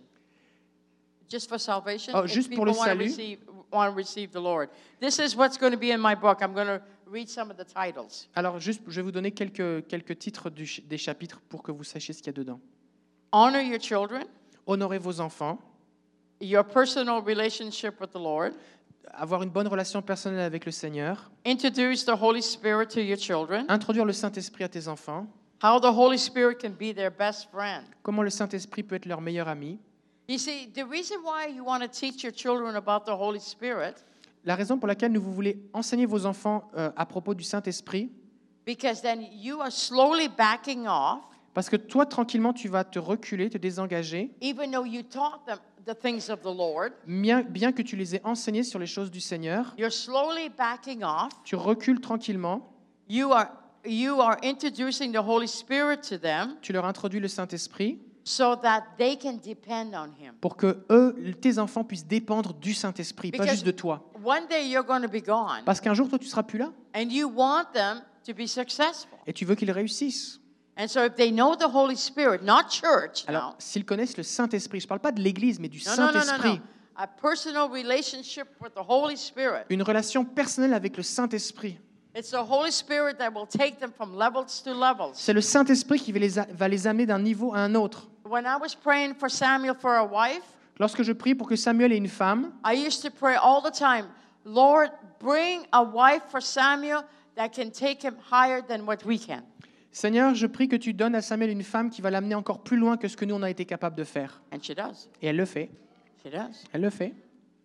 Just for salvation. Oh, if juste pour le people wanna salut. receive, want to receive the Lord. This is what's going to be in my book. I'm going to read some of the titles. alors juste, je vais vous donner quelques, quelques titres du ch- des chapitres pour que vous sachiez ce qu'il y a dedans. Honor your children, Honorer vos enfants, your personal relationship with the Lord, avoir une bonne relation personnelle avec le Seigneur, introduce the Holy Spirit to your children, introduire le Saint-Esprit à tes enfants, how the Holy Spirit can be their best friend. comment le Saint-Esprit peut être leur meilleur ami. You see, the reason why you want to teach your children about the Holy Spirit, La raison pour laquelle nous vous voulez enseigner vos enfants euh, à propos du Saint-Esprit, because then you are slowly backing off, parce que toi, tranquillement, tu vas te reculer, te désengager, even though you taught them the things of the Lord, bien, bien que tu les aies enseignés sur les choses du Seigneur, you're slowly backing off. tu recules tranquillement, You are you are introducing the Holy Spirit to them tu leur introduis le Saint-Esprit so that they can depend on Him. pour que eux, tes enfants, puissent dépendre du Saint-Esprit, pas Because- juste de toi. One day you're going to be gone, Parce qu'un jour, toi, tu seras plus là and you want them to be successful. et tu veux qu'ils réussissent. And so if they know the Holy Spirit, not church Alors, now. s'ils connaissent le Saint-Esprit, je ne parle pas de l'Église, mais du No, no, no, no, Saint-Esprit, no. A personal relationship with the Holy Spirit. une relation personnelle avec le Saint-Esprit. It's the Holy Spirit that will take them from levels to levels. C'est le Saint-Esprit qui va les, a- va les amener d'un niveau à un autre. When I was praying for Samuel for a wife, Lorsque je prie pour que Samuel ait une femme, I used to pray all the time, Lord, bring a wife for Samuel that can take him higher than what we can. Seigneur, je prie que tu donnes à Samuel une femme qui va l'amener encore plus loin que ce que nous, on a été capable de faire. And she does. Et elle le fait. She does. Elle le fait.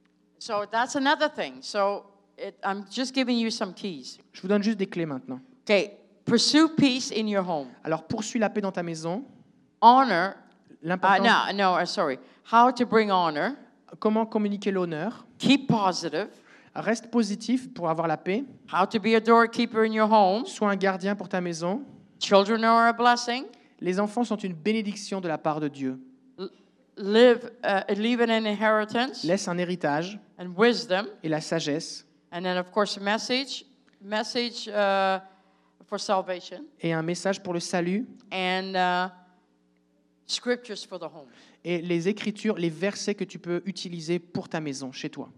So that's another thing. So it, I'm just giving you some keys. Je vous donne juste des clés maintenant. Okay, pursue peace in your home. Alors, poursuis la paix dans ta maison. Honor, uh, L'importance, no, no, uh, sorry. How to bring honor. comment communiquer l'honneur. Keep positive. Reste positif pour avoir la paix. How to be a doorkeeper in your home. Sois un gardien pour ta maison. Children are a blessing. Les enfants sont une bénédiction de la part de Dieu. L- Live, uh, leave an inheritance Laisse un héritage and wisdom. et la sagesse And then, of course, message, message uh, for salvation, et un message pour le salut and uh, scriptures for the home. et les écritures, les versets que tu peux utiliser pour ta maison, chez toi.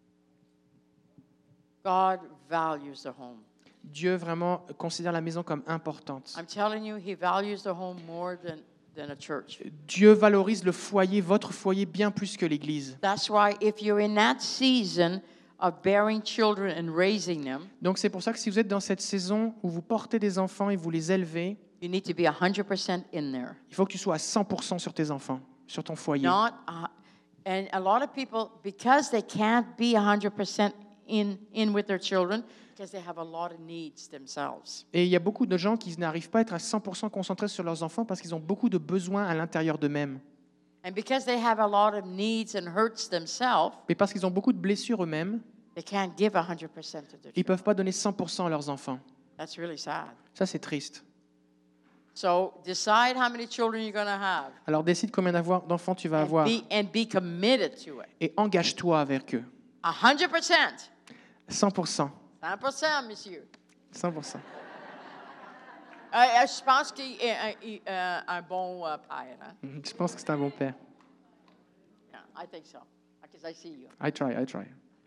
God values the home. Dieu vraiment considère la maison comme importante. I'm telling you, He values the home more than, than a church. Dieu valorise le foyer, votre foyer, bien plus que l'Église. That's why if you're in that season of bearing children and raising them, Donc c'est pour ça que si vous êtes dans cette saison où vous portez des enfants et vous les élevez, you need to be one hundred percent in there. il faut que tu sois à cent pour cent sur tes enfants, sur ton foyer. Not, uh, and a lot of people, because they can't be one hundred percent in, in with their children, because they have a lot of needs themselves. Et il y a beaucoup de gens qui n'arrivent pas à être à cent pour cent concentrés sur leurs enfants parce qu'ils ont beaucoup de besoins à l'intérieur d'eux-mêmes. And because they have a lot of needs and hurts themselves, Mais parce qu'ils ont beaucoup de blessures eux-mêmes, they can't give one hundred percent to their ils ne children. peuvent pas donner cent pour cent à leurs enfants. That's really sad. Ça, c'est triste. So decide how many children you're going to have Alors décide combien d'avoir- d'enfants tu vas and avoir be, and be committed to it. et engage-toi avec eux. one hundred percent. cent pour cent. cent pour cent, monsieur. cent pour cent. Euh, euh, je pense qu'il est un, il- euh, un bon euh, père. Hein? Mhm. Je pense que c'est un bon père. Yeah, I think so. Because I see you. I try, I try.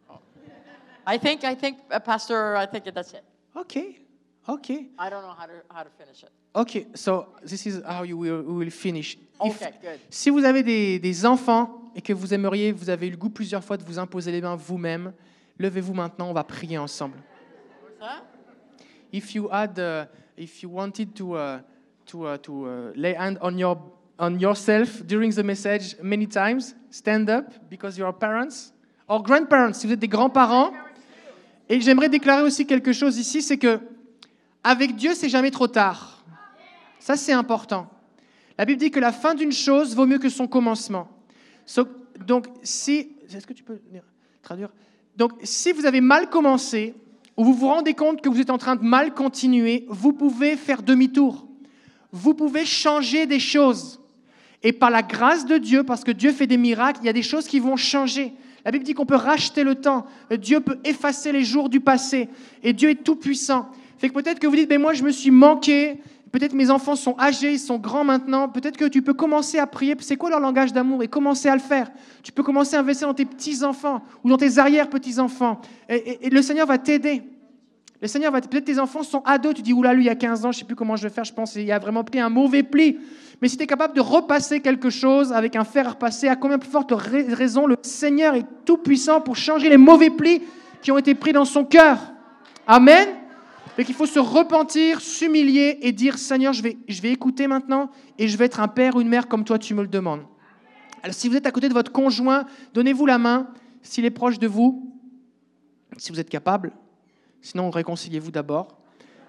I think, I think, uh, Pastor, I think that's it. Okay, okay. I don't know how to, how to finish it. Okay, so this is how you will, we will finish. If- Okay, good. Si vous avez des, des enfants et que vous aimeriez, vous avez eu le goût plusieurs fois de vous imposer les mains vous-même, levez-vous maintenant, on va prier ensemble. What's that? If you had, uh, if you wanted to uh, to uh, to uh, lay hand on your on yourself during the message many times, stand up because you are parents or grandparents. Si vous êtes des grands-parents, et j'aimerais déclarer aussi quelque chose ici, c'est que avec Dieu, c'est jamais trop tard. Ça, c'est important. La Bible dit que la fin d'une chose vaut mieux que son commencement. So- donc, si, est-ce que tu peux lire, traduire? Donc, si vous avez mal commencé, ou vous vous rendez compte que vous êtes en train de mal continuer, vous pouvez faire demi-tour. Vous pouvez changer des choses. Et par la grâce de Dieu, parce que Dieu fait des miracles, il y a des choses qui vont changer. La Bible dit qu'on peut racheter le temps. Dieu peut effacer les jours du passé. Et Dieu est tout-puissant. Fait que peut-être que vous dites, ben moi je me suis manqué. Peut-être mes enfants sont âgés, ils sont grands maintenant. Peut-être que tu peux commencer à prier. C'est quoi leur langage d'amour? Et commencer à le faire. Tu peux commencer à investir dans tes petits-enfants ou dans tes arrière-petits-enfants. Et, et- et le Seigneur va t'aider. Le Seigneur va... Peut-être tes enfants sont ados. Tu dis, oula, lui, il y a quinze ans, je ne sais plus comment je vais faire. Je pense qu'il a vraiment pris un mauvais pli. Mais si tu es capable de repasser quelque chose avec un fer à repasser, à combien plus forte ra- raison le Seigneur est tout-puissant pour changer les mauvais plis qui ont été pris dans son cœur. Amen. Donc il faut se repentir, s'humilier et dire, Seigneur, je vais, je vais écouter maintenant et je vais être un père ou une mère comme toi tu me le demandes. Alors si vous êtes à côté de votre conjoint, donnez-vous la main. S'il est proche de vous, si vous êtes capable. Sinon, réconciliez-vous d'abord.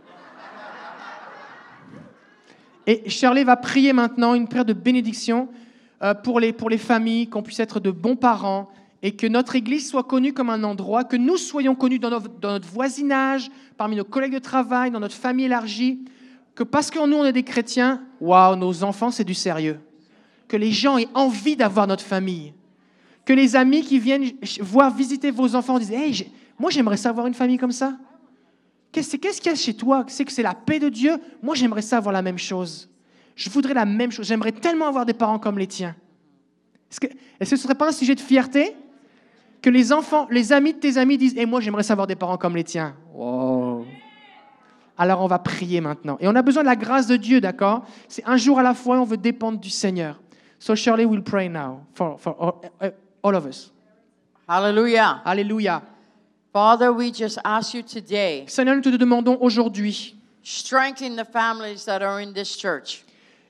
Et Shirley va prier maintenant une prière de bénédiction euh, pour les, pour les familles, qu'on puisse être de bons parents et que notre Église soit connue comme un endroit, que nous soyons connus dans notre, dans notre voisinage, parmi nos collègues de travail, dans notre famille élargie, que parce que nous, on est des chrétiens, waouh, nos enfants, c'est du sérieux. Que les gens aient envie d'avoir notre famille. Que les amis qui viennent voir visiter vos enfants disent « Hey, j'ai- moi, j'aimerais savoir une famille comme ça. Qu'est-ce qu'est-ce qu'il y a chez toi? C'est que c'est la paix de Dieu? Moi, j'aimerais ça avoir la même chose. Je voudrais la même chose. J'aimerais tellement avoir des parents comme les tiens. Est-ce que, est-ce que ce ne serait pas un sujet de fierté? Que les enfants, les amis de tes amis disent « Et moi, j'aimerais savoir des parents comme les tiens. » Wow. Alors, on va prier maintenant. Et on a besoin de la grâce de Dieu, d'accord? C'est un jour à la fois, on veut dépendre du Seigneur. So Shirley will pray now for, for all, all of us. Hallelujah. Alléluia. Father, we just ask you today, Seigneur, nous te demandons aujourd'hui, strengthen the families that are in this church.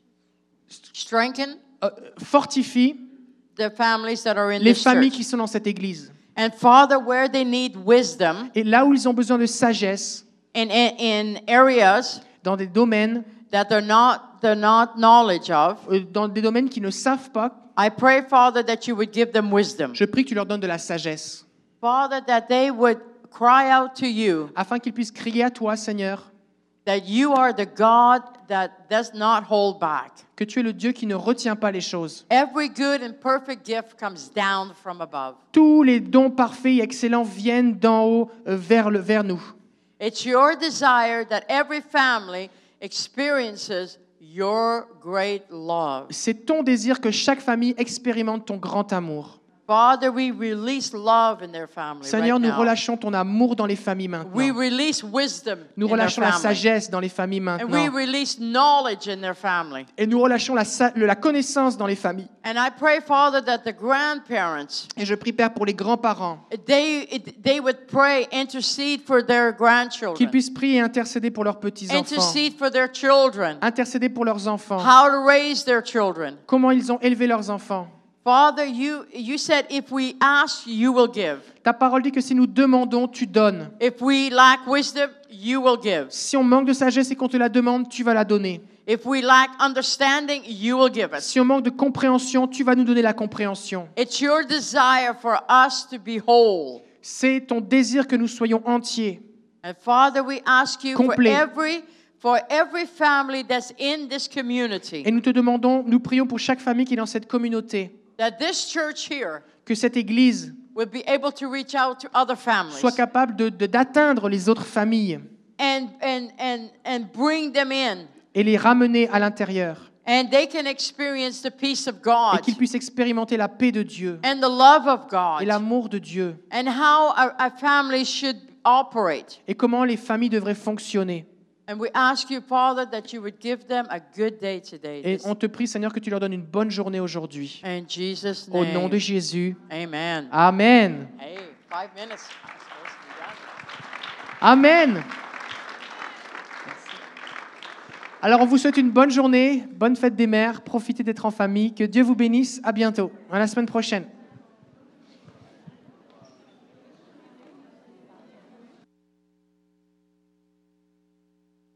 Strengthen euh, fortifie the families that are in les this familles church. qui sont dans cette église. And Father, where they need wisdom Et là où ils ont besoin de sagesse, in, in, in areas dans des domaines, that they're not, they're not knowledge of, euh, dans des domaines qu'ils ne savent pas, I pray, Father, that you would give them wisdom. je prie que tu leur donnes de la sagesse, Father, that they would cry out to you, afin qu'ils puissent crier à toi, Seigneur, that you are the God that does not hold back. que tu es le Dieu qui ne retient pas les choses. Every good and perfect gift comes down from above. Tous les dons parfaits et excellents viennent d'en haut euh, vers, le, vers nous. It's your desire that every family experiences your great love. C'est ton désir que chaque famille expérimente ton grand amour. Father, we release love in their family Seigneur, right nous now. relâchons ton amour dans les familles We maintenant. release wisdom Nous in their relâchons la family. sagesse dans les familles And we maintenant. release knowledge in their family. Et nous relâchons la, sa- la connaissance dans les familles. And I pray, Father, that the grandparents, Et je prie, Père, pour les grands-parents, they, they would pray, intercede for their qu'ils grandchildren, puissent prier et intercéder pour leurs petits-enfants, intercede for their children, intercéder pour leurs enfants, how to raise their children. comment ils ont élevé leurs enfants. Father, you, you said if we ask, you will give. Ta parole dit que si nous demandons, tu donnes. If we lack wisdom, you will give. Si on manque de sagesse et qu'on te la demande, tu vas la donner. If we lack understanding, you will give us. Si on manque de compréhension, tu vas nous donner la compréhension. It's your desire for us to be whole. C'est ton désir que nous soyons entiers. And Father, we ask you for Complet. every for every family that's in this community, Et nous te demandons, nous prions pour chaque famille qui est dans cette communauté, that this church here que cette Église will be able to reach out to other families soit capable de, de- d'atteindre les autres familles and, and, and, and bring them in. et les ramener à l'intérieur. And they can experience the peace of Et God qu'ils puissent expérimenter la paix de Dieu and the love of et God l'amour de Dieu. and how a, a family should operate. Et comment les familles devraient fonctionner. And we ask you, Father, that you would give them a good day today. Et on te prie, Seigneur, que tu leur donnes une bonne journée aujourd'hui. In Jesus' Au name. nom de Jésus. Amen. Amen. Hey, five minutes. I'm supposed to be done. Amen. Alors, on vous souhaite une bonne journée, bonne fête des mères. Profitez d'être en famille. Que Dieu vous bénisse. À bientôt. À la semaine prochaine.